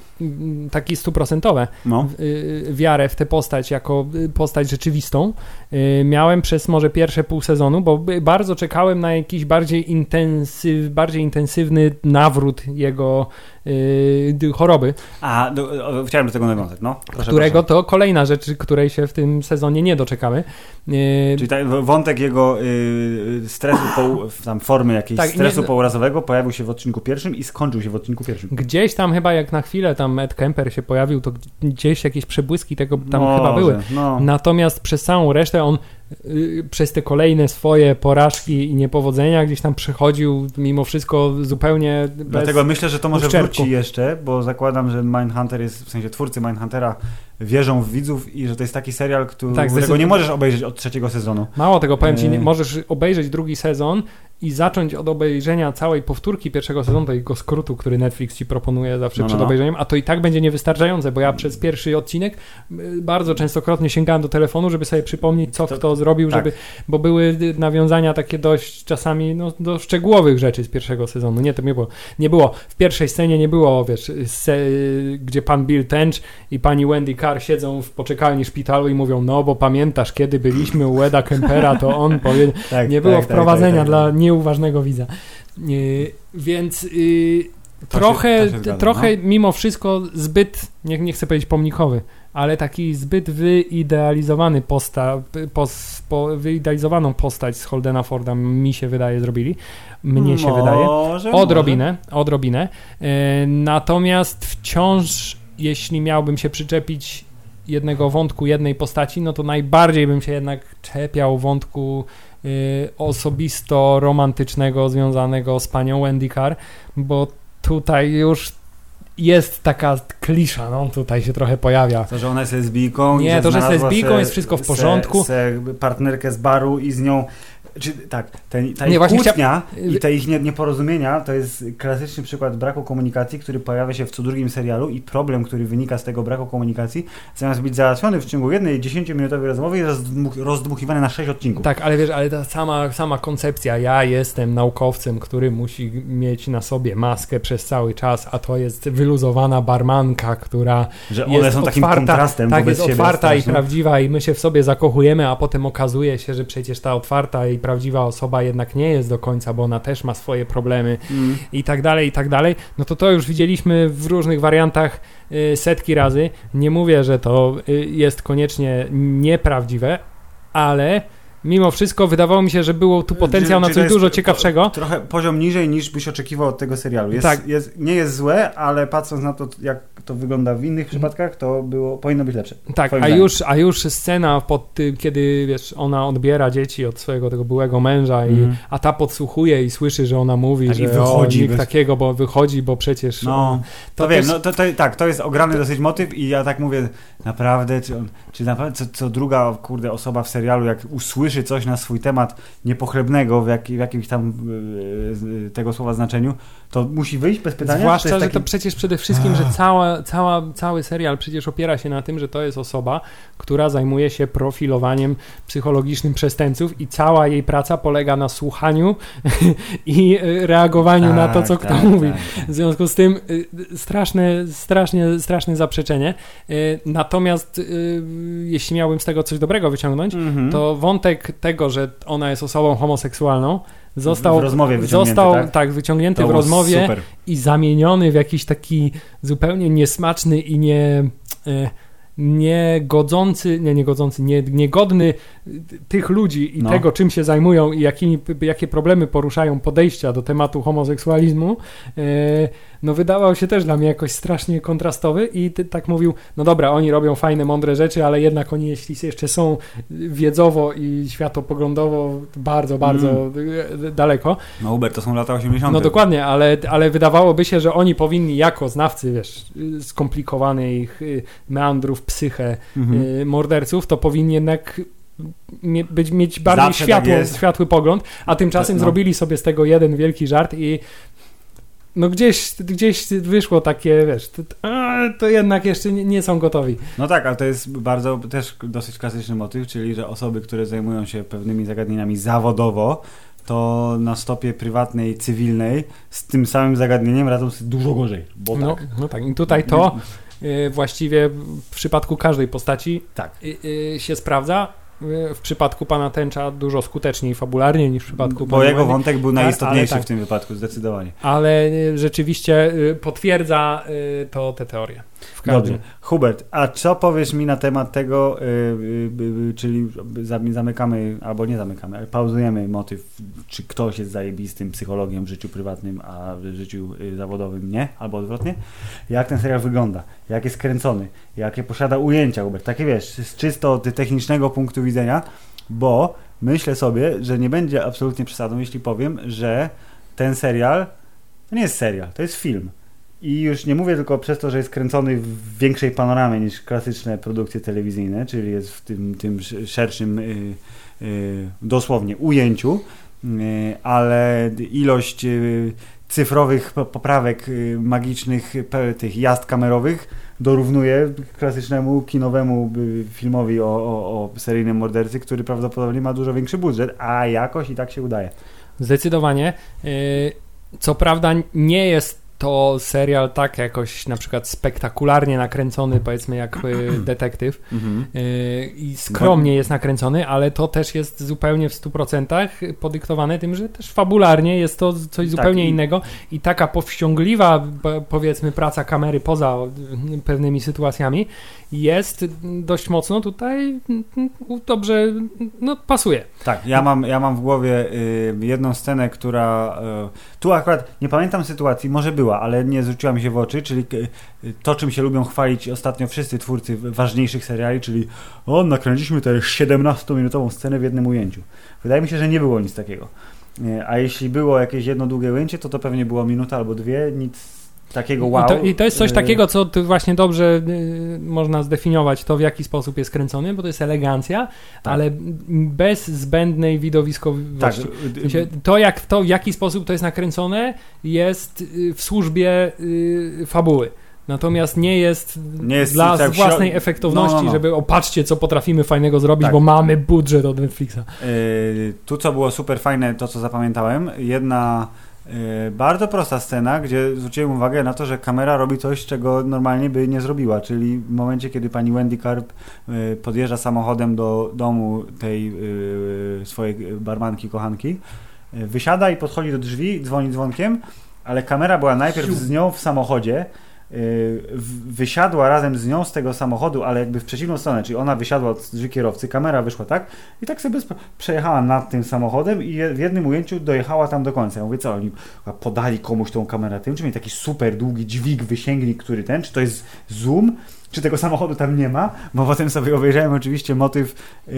taki stuprocentowe no. wiarę w tę postać jako postać rzeczywistą. Miałem przez może pierwsze pół sezonu, bo bardzo czekałem na jakiś bardziej, intensyw, bardziej intensywny nawrót jego yy, choroby. A, do, do, chciałem do tego nawiązać, no. Proszę, którego proszę. to kolejna rzecz, której się w tym sezonie nie doczekamy. Yy, Czyli ta, wątek jego yy, stresu, po, tam formy jakiejś tak, stresu nie, pourazowego pojawił się w odcinku pierwszym i skończył się w odcinku pierwszym. Gdzieś tam chyba jak na chwilę tam Ed Kemper się pojawił, to gdzieś jakieś przebłyski tego tam Może, chyba były. No. Natomiast przez całą resztę on yy, przez te kolejne swoje porażki i niepowodzenia gdzieś tam przechodził mimo wszystko zupełnie bez Dlatego myślę, że to może uszczerbku. wróci jeszcze, bo zakładam, że Mindhunter jest, w sensie twórcy Mindhuntera wierzą w widzów i że to jest taki serial, który, tak, którego nie możesz obejrzeć od trzeciego sezonu. Mało tego, powiem ci, nie, możesz obejrzeć drugi sezon i zacząć od obejrzenia całej powtórki pierwszego sezonu, tego skrótu, który Netflix ci proponuje zawsze no, przed no. obejrzeniem, a to i tak będzie niewystarczające, bo ja przez pierwszy odcinek bardzo częstokrotnie sięgałem do telefonu, żeby sobie przypomnieć, co to, kto zrobił, tak. żeby, bo były nawiązania takie dość czasami no, do szczegółowych rzeczy z pierwszego sezonu. Nie, to nie było. Nie było. W pierwszej scenie nie było, wiesz, se, gdzie pan Bill Tench i pani Wendy Carr siedzą w poczekalni szpitalu i mówią, no bo pamiętasz, kiedy byliśmy u Eda Kempera, to on powie... tak, nie było tak, wprowadzenia tak, tak, tak, dla nieuważnego widza. Yy, więc yy, trochę, się, się trochę no? mimo wszystko zbyt, nie, nie chcę powiedzieć pomnikowy, ale taki zbyt wyidealizowany posta, pos, po, wyidealizowaną postać z Holdena Forda mi się wydaje zrobili. Mnie się może, wydaje. Odrobinę, może. odrobinę. Yy, natomiast wciąż, jeśli miałbym się przyczepić jednego wątku, jednej postaci, no to najbardziej bym się jednak czepiał wątku y, osobisto-romantycznego związanego z panią Wendy Carr, bo tutaj już jest taka klisza, no tutaj się trochę pojawia. To, że ona jest lesbijką. Nie, to, że jest lesbijką, se, jest wszystko w porządku. Se, se partnerkę z baru i z nią Czy, tak, ten, ta nie, ich kłótnia chcia... i te ich nie, nieporozumienia to jest klasyczny przykład braku komunikacji, który pojawia się w co drugim serialu i problem, który wynika z tego braku komunikacji, zamiast być załatwiony w ciągu jednej dziesięciominutowej rozmowy jest rozdmuch, rozdmuchiwany na sześć odcinków. Tak, ale wiesz, ale ta sama, sama koncepcja, ja jestem naukowcem, który musi mieć na sobie maskę przez cały czas, a to jest wyluzowana barmanka, która że one jest są otwarta, takim kontrastem tak, wobec jest siebie otwarta strasznie. I prawdziwa i my się w sobie zakochujemy, a potem okazuje się, że przecież ta otwarta i prawdziwa osoba jednak nie jest do końca, bo ona też ma swoje problemy mm. i tak dalej, i tak dalej, no to to już widzieliśmy w różnych wariantach y, setki razy. Nie mówię, że to y, jest koniecznie nieprawdziwe, ale mimo wszystko wydawało mi się, że było tu potencjał na coś dużo ciekawszego. Po, trochę poziom niżej niż byś oczekiwał od tego serialu. Jest, tak. jest, nie jest złe, ale patrząc na to, jak to wygląda w innych przypadkach, to było, powinno być lepsze. Tak, a już, a już scena, pod tym, kiedy wiesz, ona odbiera dzieci od swojego tego byłego męża, mm. i, a ta podsłuchuje i słyszy, że ona mówi, tak, że wychodzi, o, nikt bez... takiego, bo wychodzi, bo przecież... No, on, to, to wiem, też... no, to, to, tak, to jest ograny dosyć motyw i ja tak mówię, naprawdę, czy, on, czy naprawdę co, co druga, kurde, osoba w serialu, jak usłyszy coś na swój temat niepochlebnego w, jak, w jakimś tam yy, tego słowa znaczeniu, to musi wyjść bez pytania. Zwłaszcza, to że taki... to przecież przede wszystkim, że cała, cała, cały serial przecież opiera się na tym, że to jest osoba, która zajmuje się profilowaniem psychologicznym przestępców i cała jej praca polega na słuchaniu i reagowaniu tak, na to, co kto tak, mówi. Tak. W związku z tym straszne, strasznie, straszne zaprzeczenie. Natomiast jeśli miałbym z tego coś dobrego wyciągnąć, mm-hmm. to wątek tego, że ona jest osobą homoseksualną, Został, w rozmowie wyciągnięty, został tak? tak, wyciągnięty w rozmowie super. I zamieniony w jakiś taki zupełnie niesmaczny i nie, e, niegodzący, nie niegodzący, nie, niegodny tych ludzi i no. tego, czym się zajmują i jakimi, jakie problemy poruszają podejścia do tematu homoseksualizmu, e, no wydawał się też dla mnie jakoś strasznie kontrastowy i ty, tak mówił, no dobra, oni robią fajne, mądre rzeczy, ale jednak oni, jeśli jeszcze są wiedzowo i światopoglądowo bardzo, bardzo mm. daleko. No Uber, to są lata osiemdziesiąte. No dokładnie, ale, ale wydawałoby się, że oni powinni jako znawcy, wiesz, skomplikowanych meandrów, psychę mm-hmm. morderców, to powinni jednak Mie, być, mieć bardziej światło, tak światły pogląd, a tymczasem no. zrobili sobie z tego jeden wielki żart i no gdzieś, gdzieś wyszło takie, wiesz, to, to jednak jeszcze nie, nie są gotowi. No tak, ale to jest bardzo też dosyć klasyczny motyw, czyli że osoby, które zajmują się pewnymi zagadnieniami zawodowo, to na stopie prywatnej, cywilnej z tym samym zagadnieniem radzą sobie dużo gorzej. Bo no, tak. no tak, i tutaj to y, właściwie w przypadku każdej postaci tak. y, y, się sprawdza. W przypadku pana Tencha dużo skuteczniej fabularnie niż w przypadku Bo jego Wendy. wątek był najistotniejszy tak, w tym wypadku, zdecydowanie. Ale rzeczywiście potwierdza to te teorie. Dobrze. Hubert, a co powiesz mi na temat tego, yy, yy, yy, czyli zamykamy, albo nie zamykamy, ale pauzujemy motyw, czy ktoś jest zajebistym psychologiem w życiu prywatnym, a w życiu yy, zawodowym nie, albo odwrotnie. Jak ten serial wygląda? Jak jest kręcony? Jakie posiada ujęcia, Hubert? Takie wiesz, z czysto technicznego punktu widzenia, bo myślę sobie, że nie będzie absolutnie przesadą, jeśli powiem, że ten serial to nie jest serial, to jest film. I już nie mówię tylko przez to, że jest kręcony w większej panoramie niż klasyczne produkcje telewizyjne, czyli jest w tym, tym szerszym yy, yy, dosłownie ujęciu, ale ilość cyfrowych poprawek magicznych, tych jazd kamerowych dorównuje klasycznemu kinowemu filmowi o, o, o seryjnym mordercy, który prawdopodobnie ma dużo większy budżet, a jakoś i tak się udaje. Zdecydowanie. Co prawda nie jest to serial tak jakoś na przykład spektakularnie nakręcony, powiedzmy jak Detektyw mm-hmm. i skromnie jest nakręcony, ale to też jest zupełnie w stu procentach podyktowane tym, że też fabularnie jest to coś zupełnie tak, innego i taka powściągliwa, powiedzmy, praca kamery poza pewnymi sytuacjami jest dość mocno tutaj dobrze, no pasuje. Tak, ja mam, ja mam w głowie y, jedną scenę, która y, tu akurat nie pamiętam sytuacji, może była, ale nie zwróciła mi się w oczy, czyli y, to, czym się lubią chwalić ostatnio wszyscy twórcy ważniejszych seriali, czyli o, nakręciliśmy tę siedemnastominutową scenę w jednym ujęciu. Wydaje mi się, że nie było nic takiego. Y, a jeśli było jakieś jedno długie ujęcie, to to pewnie była minuta albo dwie, nic takiego wow. I to, I to jest coś takiego, co tu właśnie dobrze y, można zdefiniować to, w jaki sposób jest kręcony, bo to jest elegancja, tak. ale bez zbędnej widowiskowości. Tak. To, jak, to, w jaki sposób to jest nakręcone, jest y, w służbie y, fabuły. Natomiast nie jest, nie jest dla tak własnej efektowności, no, no, no. żeby opatrzcie, co potrafimy fajnego zrobić, tak. bo mamy budżet od Netflixa. Yy, tu, co było super fajne, to co zapamiętałem, jedna Yy, bardzo prosta scena, gdzie zwróciłem uwagę na to, że kamera robi coś, czego normalnie by nie zrobiła, czyli w momencie, kiedy pani Wendy Karp yy, podjeżdża samochodem do domu tej yy, swojej barmanki, kochanki, yy, wysiada i podchodzi do drzwi, dzwoni dzwonkiem, ale kamera była najpierw z nią w samochodzie, wysiadła razem z nią z tego samochodu, ale jakby w przeciwną stronę, czyli ona wysiadła od drzwi kierowcy, kamera wyszła tak i tak sobie przejechała nad tym samochodem i w jednym ujęciu dojechała tam do końca. Ja mówię, co, oni podali komuś tą kamerę tym, czy mieli taki super długi dźwig, wysięgnik, który ten, czy to jest zoom, czy tego samochodu tam nie ma, bo potem sobie obejrzałem oczywiście motyw yy,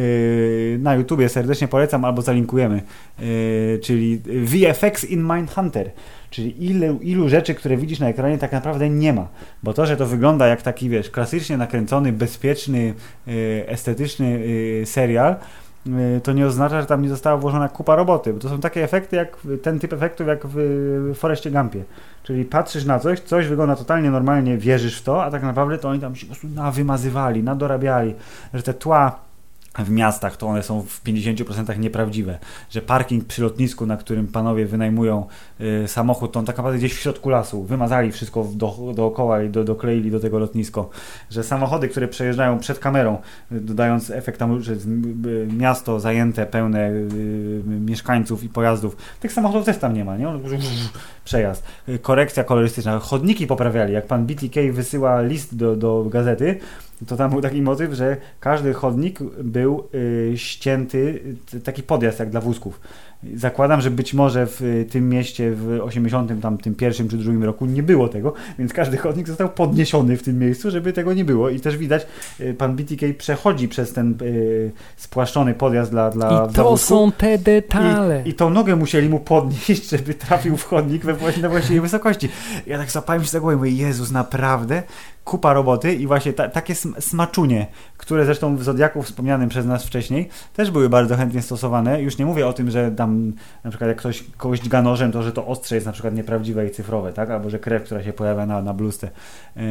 na YouTubie, serdecznie polecam, albo zalinkujemy, yy, czyli V F X in Mindhunter. Czyli ilu, ilu rzeczy, które widzisz na ekranie, tak naprawdę nie ma. Bo to, że to wygląda jak taki, wiesz, klasycznie nakręcony, bezpieczny, yy, estetyczny yy, serial, yy, to nie oznacza, że tam nie została włożona kupa roboty. Bo to są takie efekty, jak ten typ efektów, jak w Forrestie Gumpie. Czyli patrzysz na coś, coś wygląda totalnie normalnie, wierzysz w to, a tak naprawdę to oni tam się po prostu nawymazywali, nadorabiali, że te tła w miastach to one są w pięćdziesięciu procentach nieprawdziwe, że parking przy lotnisku, na którym panowie wynajmują y, samochód, to on tak naprawdę gdzieś w środku lasu, wymazali wszystko do, dookoła i do, dokleili do tego lotnisko, że samochody, które przejeżdżają przed kamerą, dodając efekt tam, że y, miasto zajęte, pełne y, mieszkańców i pojazdów, tych samochodów też tam nie ma, nie? Przejazd, y, korekcja kolorystyczna, chodniki poprawiali, jak pan B T K wysyła list do, do gazety, to tam był taki motyw, że każdy chodnik był y, ścięty, y, taki podjazd jak dla wózków. Zakładam, że być może w y, tym mieście w osiemdziesiątym tam tym pierwszym czy drugim roku nie było tego, więc każdy chodnik został podniesiony w tym miejscu, żeby tego nie było. I też widać, y, pan B T K przechodzi przez ten y, spłaszczony podjazd dla, dla I to wózku. Są te detale. I, I tą nogę musieli mu podnieść, żeby trafił w chodnik we właśnie na właściwej wysokości. Ja tak zapałem się za głowę i mówię, Jezus, naprawdę? Kupa roboty i właśnie ta, takie smaczunie, które zresztą w Zodiaku wspomnianym przez nas wcześniej też były bardzo chętnie stosowane. Już nie mówię o tym, że tam na przykład jak ktoś kogoś dźga nożem, to że to ostrze jest na przykład nieprawdziwe i cyfrowe, tak? Albo że krew, która się pojawia na, na bluzce. Yy,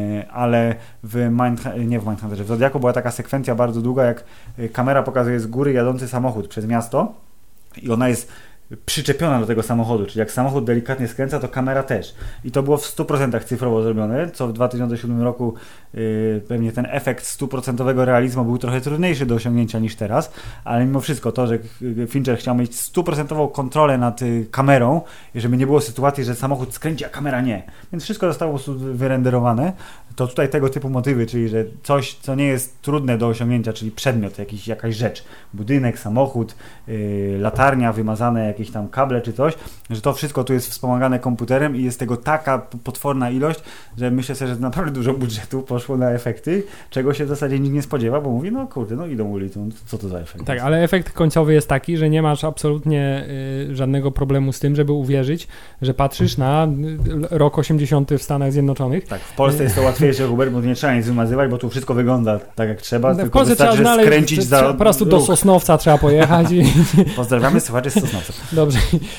ale w Mind, nie w Mindhunterze, w Zodiaku była taka sekwencja bardzo długa, jak kamera pokazuje z góry jadący samochód przez miasto i ona jest przyczepiona do tego samochodu, czyli jak samochód delikatnie skręca, to kamera też. I to było w stu procentach cyfrowo zrobione, co w dwa tysiące siódmym roku yy, pewnie ten efekt stuprocentowego realizmu był trochę trudniejszy do osiągnięcia niż teraz, ale mimo wszystko to, że Fincher chciał mieć stuprocentową kontrolę nad y, kamerą i żeby nie było sytuacji, że samochód skręci, a kamera nie. Więc wszystko zostało po prostu wyrenderowane. To tutaj tego typu motywy, czyli że coś, co nie jest trudne do osiągnięcia, czyli przedmiot, jakiś, jakaś rzecz, budynek, samochód, yy, latarnia, wymazane jakieś tam kable czy coś, że to wszystko tu jest wspomagane komputerem i jest tego taka potworna ilość, że myślę sobie, że naprawdę dużo budżetu poszło na efekty, czego się w zasadzie nikt nie spodziewa, bo mówi, no kurde, no idą ulicą, co to za efekt? Tak, ale efekt końcowy jest taki, że nie masz absolutnie y, żadnego problemu z tym, żeby uwierzyć, że patrzysz na y, rok osiemdziesiąty w Stanach Zjednoczonych. Tak, w Polsce jest to łatwiejsze śmieję się, Hubert, bo nie trzeba nic wymazywać, bo tu wszystko wygląda tak jak trzeba, no, tylko wystarczy znaleźć, skręcić trzeba, za po prostu ruch. do Sosnowca trzeba pojechać. I... Pozdrawiamy słuchaczy z Sosnowca. Dobrze,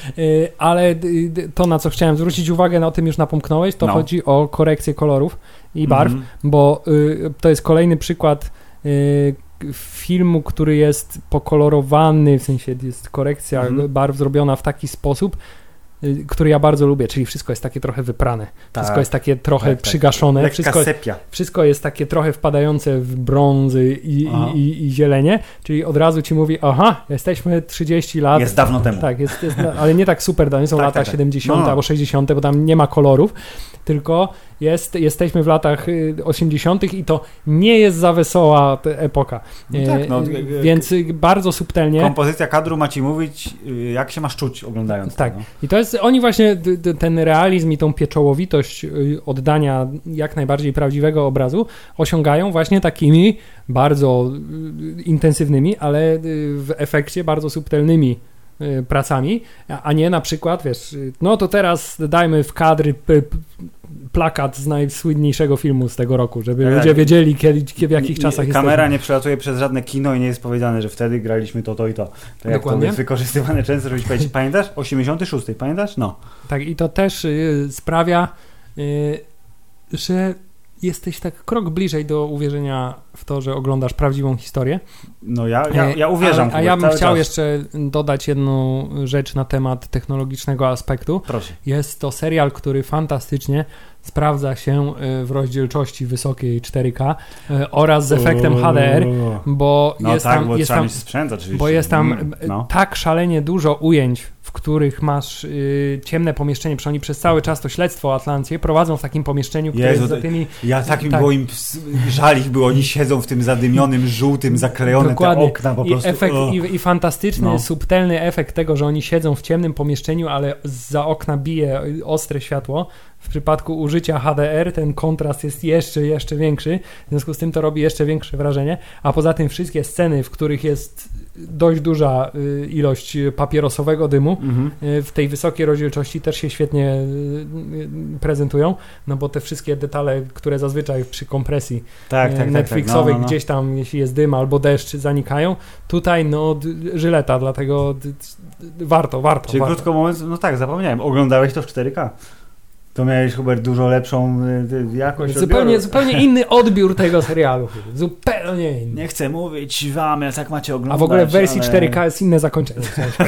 ale to, na co chciałem zwrócić uwagę, no o tym już napomknąłeś, to no. chodzi o korekcję kolorów i barw, mm-hmm. bo y, to jest kolejny przykład y, filmu, który jest pokolorowany, w sensie jest korekcja mm-hmm. barw zrobiona w taki sposób, który ja bardzo lubię, czyli wszystko jest takie trochę wyprane, tak. wszystko jest takie trochę tak, przygaszone, tak. wszystko, wszystko jest takie trochę wpadające w brązy i, i, i, i zielenie, czyli od razu ci mówi, aha, jesteśmy trzydzieści lat. Jest dawno temu. Tak, jest, jest, ale nie tak super dawno, są tak, lata tak, siedemdziesiąte no. albo sześćdziesiąte, bo tam nie ma kolorów, tylko jest, jesteśmy w latach osiemdziesiątych i to nie jest za wesoła epoka. No tak, no, więc bardzo subtelnie. Kompozycja kadru ma ci mówić, jak się masz czuć oglądając. Tak. To, no. I to jest, oni właśnie ten realizm i tą pieczołowitość oddania jak najbardziej prawdziwego obrazu osiągają właśnie takimi bardzo intensywnymi, ale w efekcie bardzo subtelnymi pracami, a nie na przykład, wiesz, no to teraz dajmy w kadry p- p- plakat z najsłynniejszego filmu z tego roku, żeby tak, ludzie wiedzieli, kiedy, kiedy, w jakich czasach jesteśmy. Kamera nie przelatuje przez żadne kino i nie jest powiedziane, że wtedy graliśmy to, to i to. To jak to jest wykorzystywane często, żebyś powiedzieć, pamiętasz? osiemdziesiąty szósty, pamiętasz? No. Tak, i to też y, sprawia, y, że jesteś tak krok bliżej do uwierzenia w to, że oglądasz prawdziwą historię. No ja, ja, ja uwierzam. A, a ja bym chciał czas. jeszcze dodać jedną rzecz na temat technologicznego aspektu. Proszę. Jest to serial, który fantastycznie sprawdza się w rozdzielczości wysokiej cztery K oraz z efektem H D R, bo no jest tak, tam, bo jest tam, sprzęt, oczywiście. bo jest tam mm, no. tak szalenie dużo ujęć, w których masz y, ciemne pomieszczenie, przecież oni przez cały czas to śledztwo Atlancie prowadzą w takim pomieszczeniu, które Jezu, jest za tymi... Ja takim tak. było im żal ich było, oni siedzą w tym zadymionym, żółtym, zaklejone Dokładnie. te okna po I prostu. Efekt, oh. i, I fantastyczny, no. subtelny efekt tego, że oni siedzą w ciemnym pomieszczeniu, ale za okna bije ostre światło. W przypadku użycia H D R ten kontrast jest jeszcze, jeszcze większy, w związku z tym to robi jeszcze większe wrażenie, a poza tym wszystkie sceny, w których jest dość duża y, ilość papierosowego dymu, mhm. y, w tej wysokiej rozdzielczości też się świetnie y, prezentują, no bo te wszystkie detale, które zazwyczaj przy kompresji tak, tak, Netflixowej tak, tak. No, no, no. gdzieś tam, jeśli jest dym albo deszcz, zanikają, tutaj no d- żyleta, dlatego d- d- warto, warto. Czyli warto. krótko mówiąc, no tak, zapomniałem, oglądałeś to w cztery K. To miałeś, Hubert, dużo lepszą y, jakość zupełnie, zupełnie inny odbiór tego serialu. Zupełnie inny. Nie chcę mówić wam, jak tak macie oglądać. A w ogóle w wersji ale... cztery K jest inne zakończenie.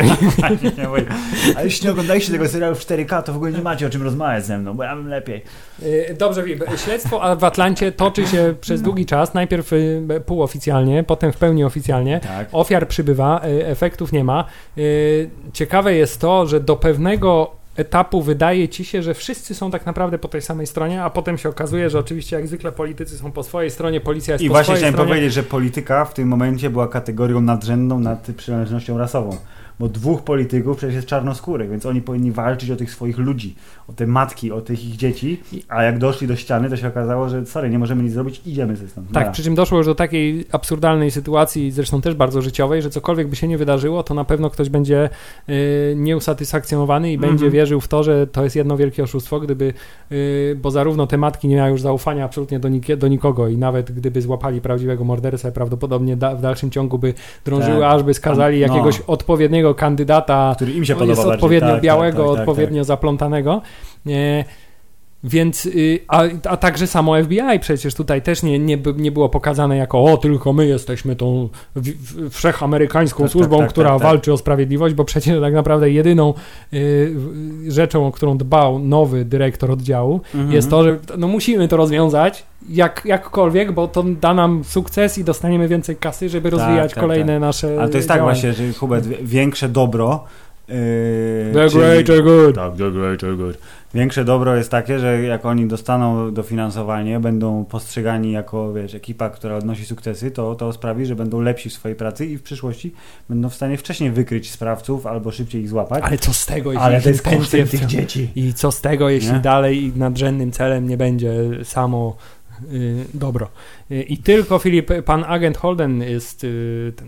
A jeśli nie oglądaliście tego serialu w cztery K, to w ogóle nie macie o czym rozmawiać ze mną, bo ja bym lepiej. Dobrze, śledztwo w Atlancie toczy się przez długi czas. Najpierw półoficjalnie, potem w pełni oficjalnie. Tak. Ofiar przybywa, efektów nie ma. Ciekawe jest to, że do pewnego etapu wydaje ci się, że wszyscy są tak naprawdę po tej samej stronie, a potem się okazuje, że oczywiście jak zwykle politycy są po swojej stronie, policja jest I po swojej swojej stronie. I właśnie chciałem powiedzieć, że polityka w tym momencie była kategorią nadrzędną nad przynależnością rasową. Bo dwóch polityków przecież jest czarnoskórych, więc oni powinni walczyć o tych swoich ludzi, o te matki, o tych ich dzieci, a jak doszli do ściany, to się okazało, że sorry, nie możemy nic zrobić, idziemy ze stąd. Tak, przy czym doszło już do takiej absurdalnej sytuacji, zresztą też bardzo życiowej, że cokolwiek by się nie wydarzyło, to na pewno ktoś będzie y, nieusatysfakcjonowany i mm-hmm. będzie wierzył w to, że to jest jedno wielkie oszustwo, gdyby, y, bo zarówno te matki nie miały już zaufania absolutnie do, nik- do nikogo i nawet gdyby złapali prawdziwego mordercę, prawdopodobnie da- w dalszym ciągu by drążyły, tak. aż by skazali no. jakiegoś odpowiedniego kandydata, który im się podoba jest odpowiednio tak, białego, tak, tak, odpowiednio tak, tak. zaplątanego. Nie, więc, a, a także samo F B I przecież tutaj też nie, nie, nie było pokazane jako o, tylko my jesteśmy tą w, w, wszechamerykańską tak, służbą, tak, tak, która tak, tak. walczy o sprawiedliwość, bo przecież tak naprawdę jedyną y, rzeczą, o którą dbał nowy dyrektor oddziału mhm. jest to, że no, musimy to rozwiązać jak, jakkolwiek, bo to da nam sukces i dostaniemy więcej kasy, żeby tak, rozwijać tak, kolejne tak. nasze Ale to jest działania. tak właśnie, że Hubert, większe dobro Yy, the greater good. Tak, the greater good. Większe dobro jest takie, że jak oni dostaną dofinansowanie, będą postrzegani jako, wiesz, ekipa, która odnosi sukcesy, to, to sprawi, że będą lepsi w swojej pracy i w przyszłości będą w stanie wcześniej wykryć sprawców albo szybciej ich złapać. Ale co z tego, jeśli Ale to jest kosztem tych dzieci. I co z tego, jeśli nie? dalej nadrzędnym celem nie będzie samo y, dobro. Y, I tylko Filip, pan agent Holden jest y, ten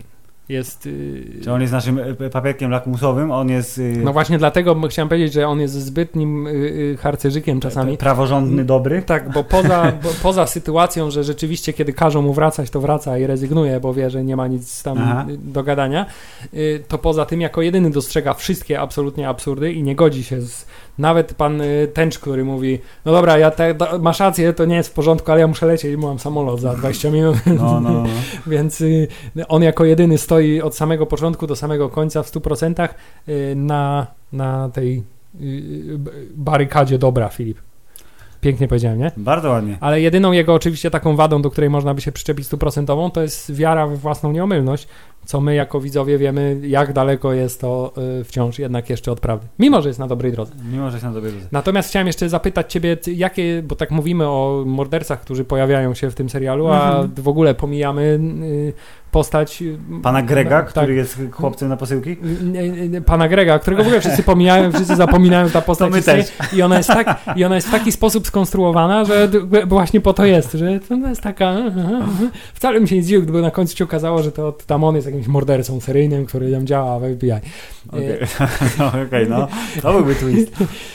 jest... Yy... Czy on jest naszym papierkiem lakmusowym, on jest... Yy... No właśnie dlatego chciałem powiedzieć, że on jest zbytnim yy, harcerzykiem czasami. Praworządny, dobry. Tak, bo poza, bo poza sytuacją, że rzeczywiście kiedy każą mu wracać, to wraca i rezygnuje, bo wie, że nie ma nic tam Aha. do gadania, yy, to poza tym jako jedyny dostrzega wszystkie absolutnie absurdy i nie godzi się z... Nawet pan Tęcz, który mówi, no dobra, ja te, da, masz rację, to nie jest w porządku, ale ja muszę lecieć, bo mam samolot za dwadzieścia minut. No, no, no. Więc y, on jako jedyny stoi od samego początku do samego końca w stu procentach y, na, na tej y, barykadzie dobra, Filip. Pięknie powiedziałem, nie? Bardzo ładnie. Ale jedyną jego oczywiście taką wadą, do której można by się przyczepić stuprocentową, to jest wiara we własną nieomylność, co my jako widzowie wiemy, jak daleko jest to y, wciąż jednak jeszcze od prawdy. Mimo, że jest na dobrej drodze. Mimo, że jest na dobrej drodze. Natomiast chciałem jeszcze zapytać ciebie, jakie, bo tak mówimy o mordercach, którzy pojawiają się w tym serialu, a mhm. w ogóle pomijamy y, postać... Pana Grega, tak, który jest chłopcem na posyłki? Pana Grega, którego w ogóle wszyscy pomijają, wszyscy zapominają, że ta postać to my też. I ona jest tak, i ona jest w taki sposób skonstruowana, że właśnie po to jest, że to jest taka... Wcale mi się nie zdziwił, gdyby na końcu się okazało, że to tam on jest jakimś mordercą seryjnym, który tam działa w F B I. Okej, okay. okay, no. To byłby twist.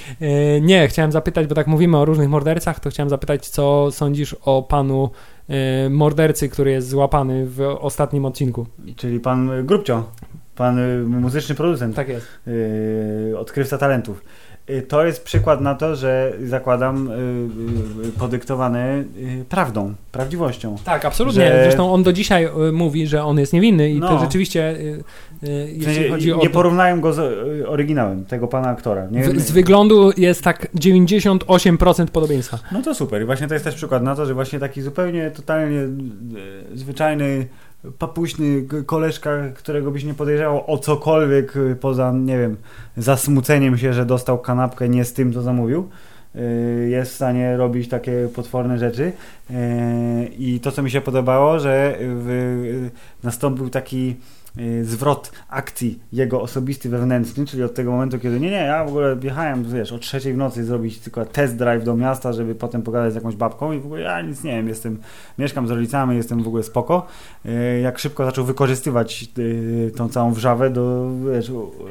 Nie, chciałem zapytać, bo tak mówimy o różnych mordercach, to chciałem zapytać, co sądzisz o panu mordercy, który jest złapany w ostatnim odcinku. Czyli pan Grubcio, pan muzyczny producent. Tak jest. Yy, odkrywca talentów. Yy, to jest przykład na to, że zakładam yy, yy, podyktowany yy, prawdą, prawdziwością. Tak, absolutnie. Że... Zresztą on do dzisiaj yy, mówi, że on jest niewinny i no. to rzeczywiście yy, yy, jeśli w sensie, chodzi o... Nie porównałem go z yy, oryginałem, tego pana aktora. Nie w, z wyglądu jest tak dziewięćdziesiąt osiem procent podobieństwa. No to super. I właśnie to jest też przykład na to, że właśnie taki zupełnie, totalnie yy, zwyczajny papuśny koleżka, którego byś nie podejrzewał o cokolwiek poza, nie wiem, zasmuceniem się, że dostał kanapkę nie z tym, co zamówił, jest w stanie robić takie potworne rzeczy. I to, co mi się podobało, że w, nastąpił taki zwrot akcji jego osobisty, wewnętrzny, czyli od tego momentu, kiedy nie, nie, ja w ogóle jechałem, wiesz, o trzeciej w nocy zrobić tylko test drive do miasta, żeby potem pogadać z jakąś babką i w ogóle ja nic nie wiem, jestem, mieszkam z rodzicami, jestem w ogóle spoko. Jak szybko zaczął wykorzystywać tą całą wrzawę do, wiesz,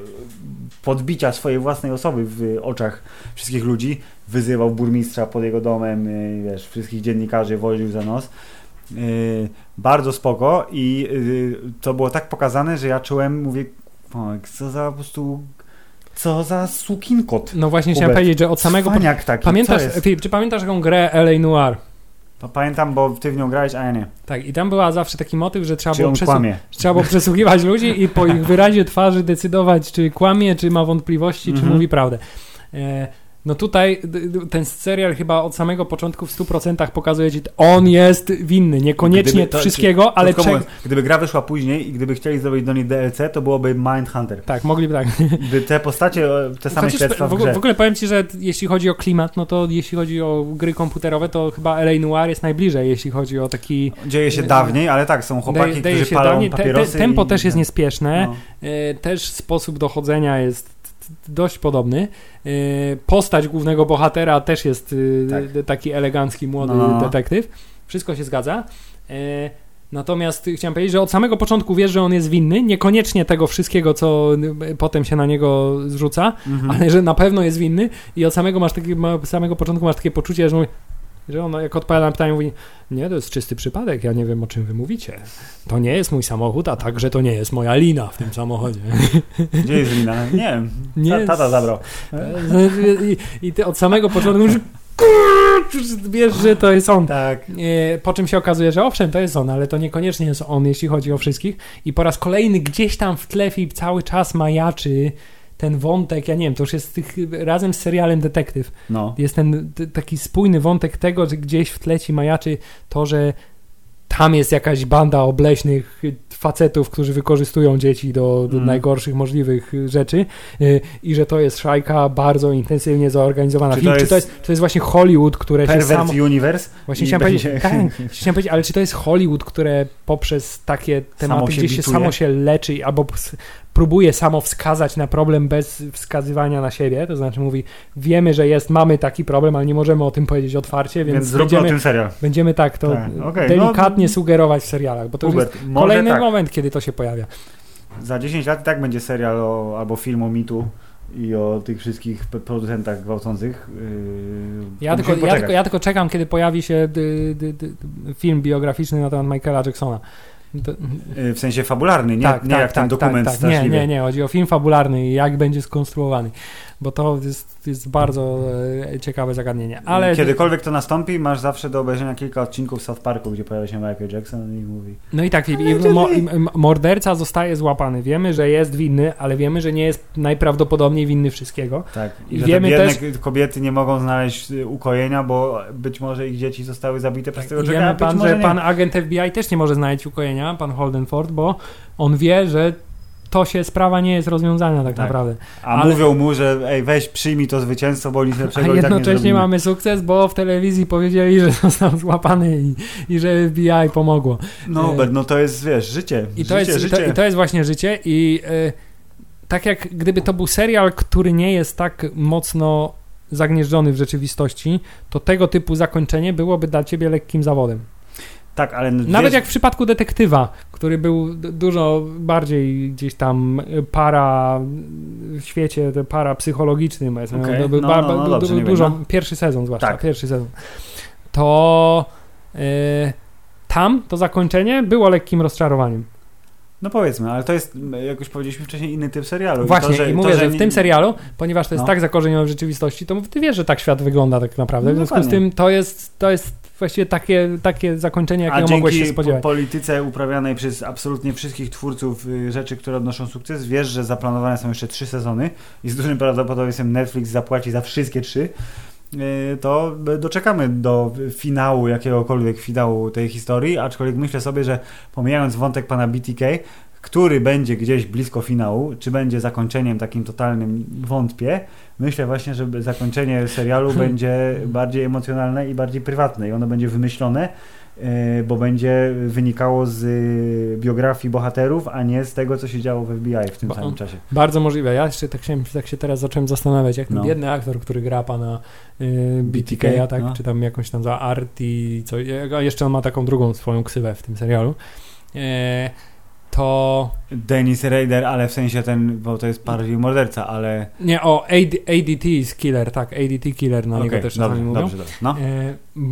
podbicia swojej własnej osoby w oczach wszystkich ludzi, wyzywał burmistrza pod jego domem, wiesz, wszystkich dziennikarzy woził za nos. Yy, bardzo spoko i yy, to było tak pokazane, że ja czułem, mówię, o, co za po prostu, co za sukinkot. No właśnie Hubert. Chciałem powiedzieć, że od samego... Cwaniak taki, pamiętasz, Filip, czy pamiętasz taką grę L A Noir? Pamiętam, bo ty w nią grałeś, a ja nie. Tak, i tam była zawsze taki motyw, że trzeba, czy było, przesu- trzeba było przesłuchiwać ludzi i po ich wyrazie twarzy decydować, czy kłamie, czy ma wątpliwości, mm-hmm. czy mówi prawdę. E- No tutaj ten serial chyba od samego początku w stu procentach pokazuje ci, on jest winny, niekoniecznie to, wszystkiego, czy, ale... Czeg- mówiąc, gdyby gra wyszła później i gdyby chcieli zrobić do niej D L C, to byłoby Mindhunter. Tak, mogliby tak. Gdy te postacie, te same Chociaż śledztwa w, w, grze. w ogóle powiem ci, że jeśli chodzi o klimat, no to jeśli chodzi o gry komputerowe, to chyba L A Noir jest najbliżej, jeśli chodzi o taki... Dzieje się dawniej, ale tak, są chłopaki, Daje którzy palą dawniej. papierosy. Te, te, tempo i, też jest no. niespieszne, no. Też sposób dochodzenia jest dość podobny. Postać głównego bohatera też jest tak. taki elegancki, młody no. detektyw. Wszystko się zgadza. Natomiast chciałem powiedzieć, że od samego początku wiesz, że on jest winny, niekoniecznie tego wszystkiego, co potem się na niego zrzuca, mhm. ale że na pewno jest winny i od samego, masz taki, samego początku masz takie poczucie, że mówi, że on jak odpowiada na pytanie, mówi, nie, to jest czysty przypadek, ja nie wiem, o czym wy mówicie. To nie jest mój samochód, a także to nie jest moja lina w tym samochodzie. Gdzie jest lina? Nie wiem, nie, tata zabrał. I, i ty od samego początku mówisz, wiesz, że to jest on. Tak. Po czym się okazuje, że owszem, to jest on, ale to niekoniecznie jest on, jeśli chodzi o wszystkich. I po raz kolejny gdzieś tam w tle Filip cały czas majaczy ten wątek, ja nie wiem, to już jest tych, razem z serialem Detektyw. No. Jest ten t- taki spójny wątek tego, że gdzieś w tle ci majaczy to, że tam jest jakaś banda obleśnych facetów, którzy wykorzystują dzieci do, do mm. najgorszych możliwych rzeczy yy, i że to jest szajka bardzo intensywnie zorganizowana. Czy to, Film, jest, czy to, jest, czy to jest właśnie Hollywood, które się samo... Universe? Właśnie chciałem będzie... powiedzieć, tak, chciałem powiedzieć, ale czy to jest Hollywood, które poprzez takie tematy gdzieś się samo się leczy albo próbuje samo wskazać na problem bez wskazywania na siebie, to znaczy mówi, wiemy, że jest, mamy taki problem, ale nie możemy o tym powiedzieć otwarcie, więc, więc zróbmy będziemy, o tym serial. Będziemy tak to tak, okay, delikatnie no, sugerować w serialach, bo to Hubert, jest kolejny tak. moment, kiedy to się pojawia. Za dziesięć lat i tak będzie serial o, albo film o mitu i o tych wszystkich producentach gwałcących. Yy, ja, tylko, ja, tylko, ja tylko czekam, kiedy pojawi się dy, dy, dy, film biograficzny na temat Michaela Jacksona. To... W sensie fabularny, nie, tak, nie tak, jak tak, ten dokument tak, tak. Nie, nie, nie, chodzi o film fabularny i jak będzie skonstruowany, bo to jest, jest bardzo e, ciekawe zagadnienie. Ale... Kiedykolwiek to nastąpi, masz zawsze do obejrzenia kilka odcinków South Parku, gdzie pojawia się Michael Jackson i mówi... No i tak, i, i, mo, i morderca zostaje złapany. Wiemy, że jest winny, ale wiemy, że nie jest najprawdopodobniej winny wszystkiego. Tak, i, I że wiemy te biedne też... kobiety nie mogą znaleźć ukojenia, bo być może ich dzieci zostały zabite przez tego człowieka. Wiemy pan, że pan agent F B I też nie może znaleźć ukojenia, pan Holdenford, bo on wie, że to się sprawa nie jest rozwiązana tak, tak. naprawdę. A ale... mówią mu, że ej, weź przyjmij to zwycięstwo, bo nic lepszego i tak jednocześnie nie mamy sukces, bo w telewizji powiedzieli, że został złapany i, i że F B I pomogło. No, e... no to jest, wiesz, życie. I życie, to jest, życie. To, i to jest właśnie życie i e, tak jak gdyby to był serial, który nie jest tak mocno zagnieżdżony w rzeczywistości, to tego typu zakończenie byłoby dla ciebie lekkim zawodem. Tak, ale nawet wiesz... jak w przypadku Detektywa, który był dużo bardziej gdzieś tam para w świecie, para psychologicznym, okay. no, był no, ba, no, no, dobrze, du, dużo, no. pierwszy sezon zwłaszcza, tak. pierwszy sezon, to yy, tam to zakończenie było lekkim rozczarowaniem. No powiedzmy, ale to jest, jak już powiedzieliśmy wcześniej, inny typ serialu. Właśnie, i, to, że, i mówię, to, że, że w tym serialu, ponieważ to jest no. tak zakorzenione w rzeczywistości, to ty wiesz, że tak świat wygląda tak naprawdę. W związku no, z tym to jest, to jest właściwie takie, takie zakończenie, jakiego mogłeś się spodziewać. A dzięki polityce uprawianej przez absolutnie wszystkich twórców rzeczy, które odnoszą sukces, wiesz, że zaplanowane są jeszcze trzy sezony i z dużym prawdopodobieństwem Netflix zapłaci za wszystkie trzy, to doczekamy do finału, jakiegokolwiek finału tej historii, aczkolwiek myślę sobie, że pomijając wątek pana B T K, który będzie gdzieś blisko finału, czy będzie zakończeniem takim totalnym, wątpię. Myślę właśnie, że zakończenie serialu będzie bardziej emocjonalne i bardziej prywatne i ono będzie wymyślone, bo będzie wynikało z biografii bohaterów, a nie z tego, co się działo w F B I w tym ba- samym czasie. Bardzo możliwe. Ja jeszcze tak się, tak się teraz zacząłem zastanawiać, jak ten no. biedny aktor, który gra pana y, B T K, tak? No. Czy tam jakąś tam za Arti, co, jeszcze on ma taką drugą swoją ksywę w tym serialu. E, to... Dennis Rader, ale w sensie ten, bo to jest bardziej morderca, ale... Nie, o, A D T jest killer, tak, A D T killer na okay, niego też czasami mówią. Dobrze, dobrze. No. E,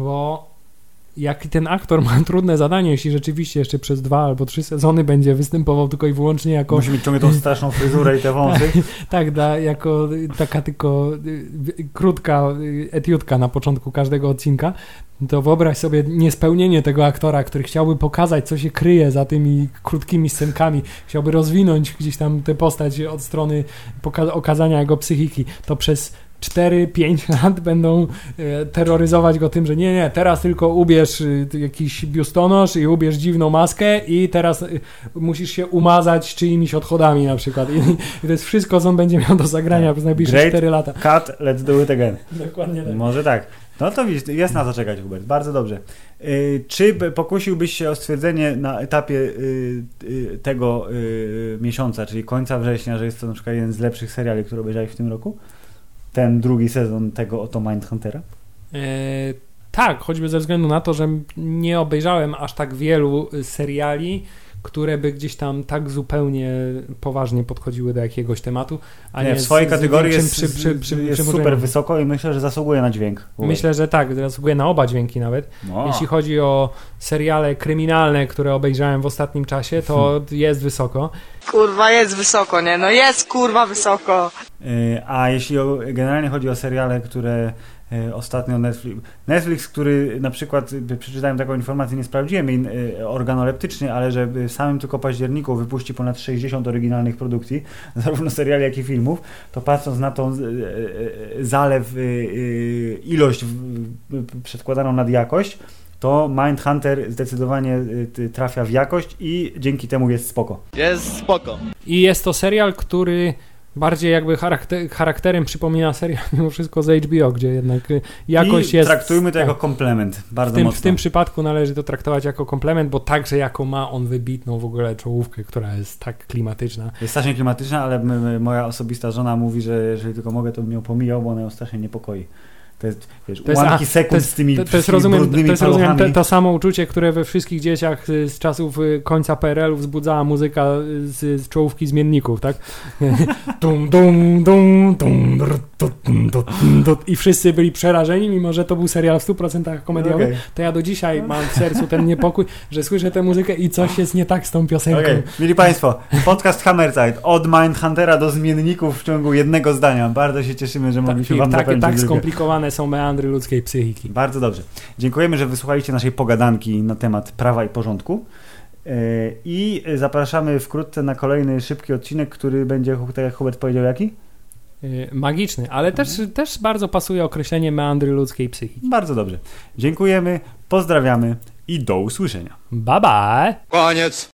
bo jak ten aktor ma trudne zadanie, jeśli rzeczywiście jeszcze przez dwa albo trzy sezony będzie występował tylko i wyłącznie jako... Musi mieć ciągle tą straszną fryzurę i te wąsy. tak, da, jako taka tylko krótka etiudka na początku każdego odcinka, to wyobraź sobie niespełnienie tego aktora, który chciałby pokazać, co się kryje za tymi krótkimi scenkami, chciałby rozwinąć gdzieś tam tę postać od strony poka- okazania jego psychiki, to przez cztery pięć lat będą e, terroryzować go tym, że nie, nie, teraz tylko ubierz y, jakiś biustonosz i ubierz dziwną maskę i teraz y, musisz się umazać czyimiś odchodami na przykład. I, i to jest wszystko, co on będzie miał do zagrania przez najbliższe Great cztery lata. Cut, let's do it again. Dokładnie tak. Może tak. No to widzisz, jest na co czekać, Hubert. Bardzo dobrze. Yy, czy pokusiłbyś się o stwierdzenie na etapie yy, yy, tego yy, miesiąca, czyli końca września, że jest to na przykład jeden z lepszych seriali, które obejrzałeś w tym roku? Ten drugi sezon tego oto Mindhuntera? Yy, tak, choćby ze względu na to, że nie obejrzałem aż tak wielu seriali, które by gdzieś tam tak zupełnie poważnie podchodziły do jakiegoś tematu. A nie, nie w swojej z, kategorii jest, przy, przy, przy, jest super wysoko i myślę, że zasługuje na dźwięk. Myślę, że tak, zasługuje na oba dźwięki nawet. No. Jeśli chodzi o seriale kryminalne, które obejrzałem w ostatnim czasie, to hmm. jest wysoko. Kurwa, jest wysoko, nie? No jest kurwa wysoko. A jeśli o, generalnie chodzi o seriale, które ostatnio Netflix, Netflix, który na przykład, przeczytałem taką informację, nie sprawdziłem jej organoleptycznie, ale że w samym tylko październiku wypuści ponad sześćdziesiąt oryginalnych produkcji, zarówno seriali, jak i filmów, to patrząc na tą zalew, ilość przedkładaną nad jakość, to Mindhunter zdecydowanie trafia w jakość i dzięki temu jest spoko. Jest spoko. I jest to serial, który Bardziej jakby charakter, charakterem przypomina serial mimo wszystko z H B O, gdzie jednak jakość I jest... traktujmy to tak, jako komplement, bardzo w tym, mocno. W tym przypadku należy to traktować jako komplement, bo także jako ma on wybitną w ogóle czołówkę, która jest tak klimatyczna. Jest strasznie klimatyczna, ale my, my, moja osobista żona mówi, że jeżeli tylko mogę, to bym ją pomijał, bo ona ją strasznie niepokoi. To jest, wiesz, to jest, ułamki a, sekund to jest, z tymi to, to jest, rozumiem, brudnymi to jest paluchami. rozumiem te, to samo uczucie, które we wszystkich dzieciach z czasów końca P R L u wzbudzała muzyka z, z czołówki zmienników, tak? dum, dum, dum, dum, dum, dum, dum, i wszyscy byli przerażeni, mimo że to był serial w stu procentach komediowy, okay. To ja do dzisiaj mam w sercu ten niepokój, że słyszę tę muzykę i coś jest nie tak z tą piosenką. Okay. Mili Państwo, podcast Hammerzeit od Mindhuntera do zmienników w ciągu jednego zdania. Bardzo się cieszymy, że mogliśmy Wam tak, tak drugę. skomplikowane są meandry ludzkiej psychiki. Bardzo dobrze. Dziękujemy, że wysłuchaliście naszej pogadanki na temat prawa i porządku i zapraszamy wkrótce na kolejny szybki odcinek, który będzie, tak jak Hubert powiedział, jaki? Magiczny, ale też, też bardzo pasuje określenie meandry ludzkiej psychiki. Bardzo dobrze. Dziękujemy, pozdrawiamy i do usłyszenia. Bye bye. Koniec.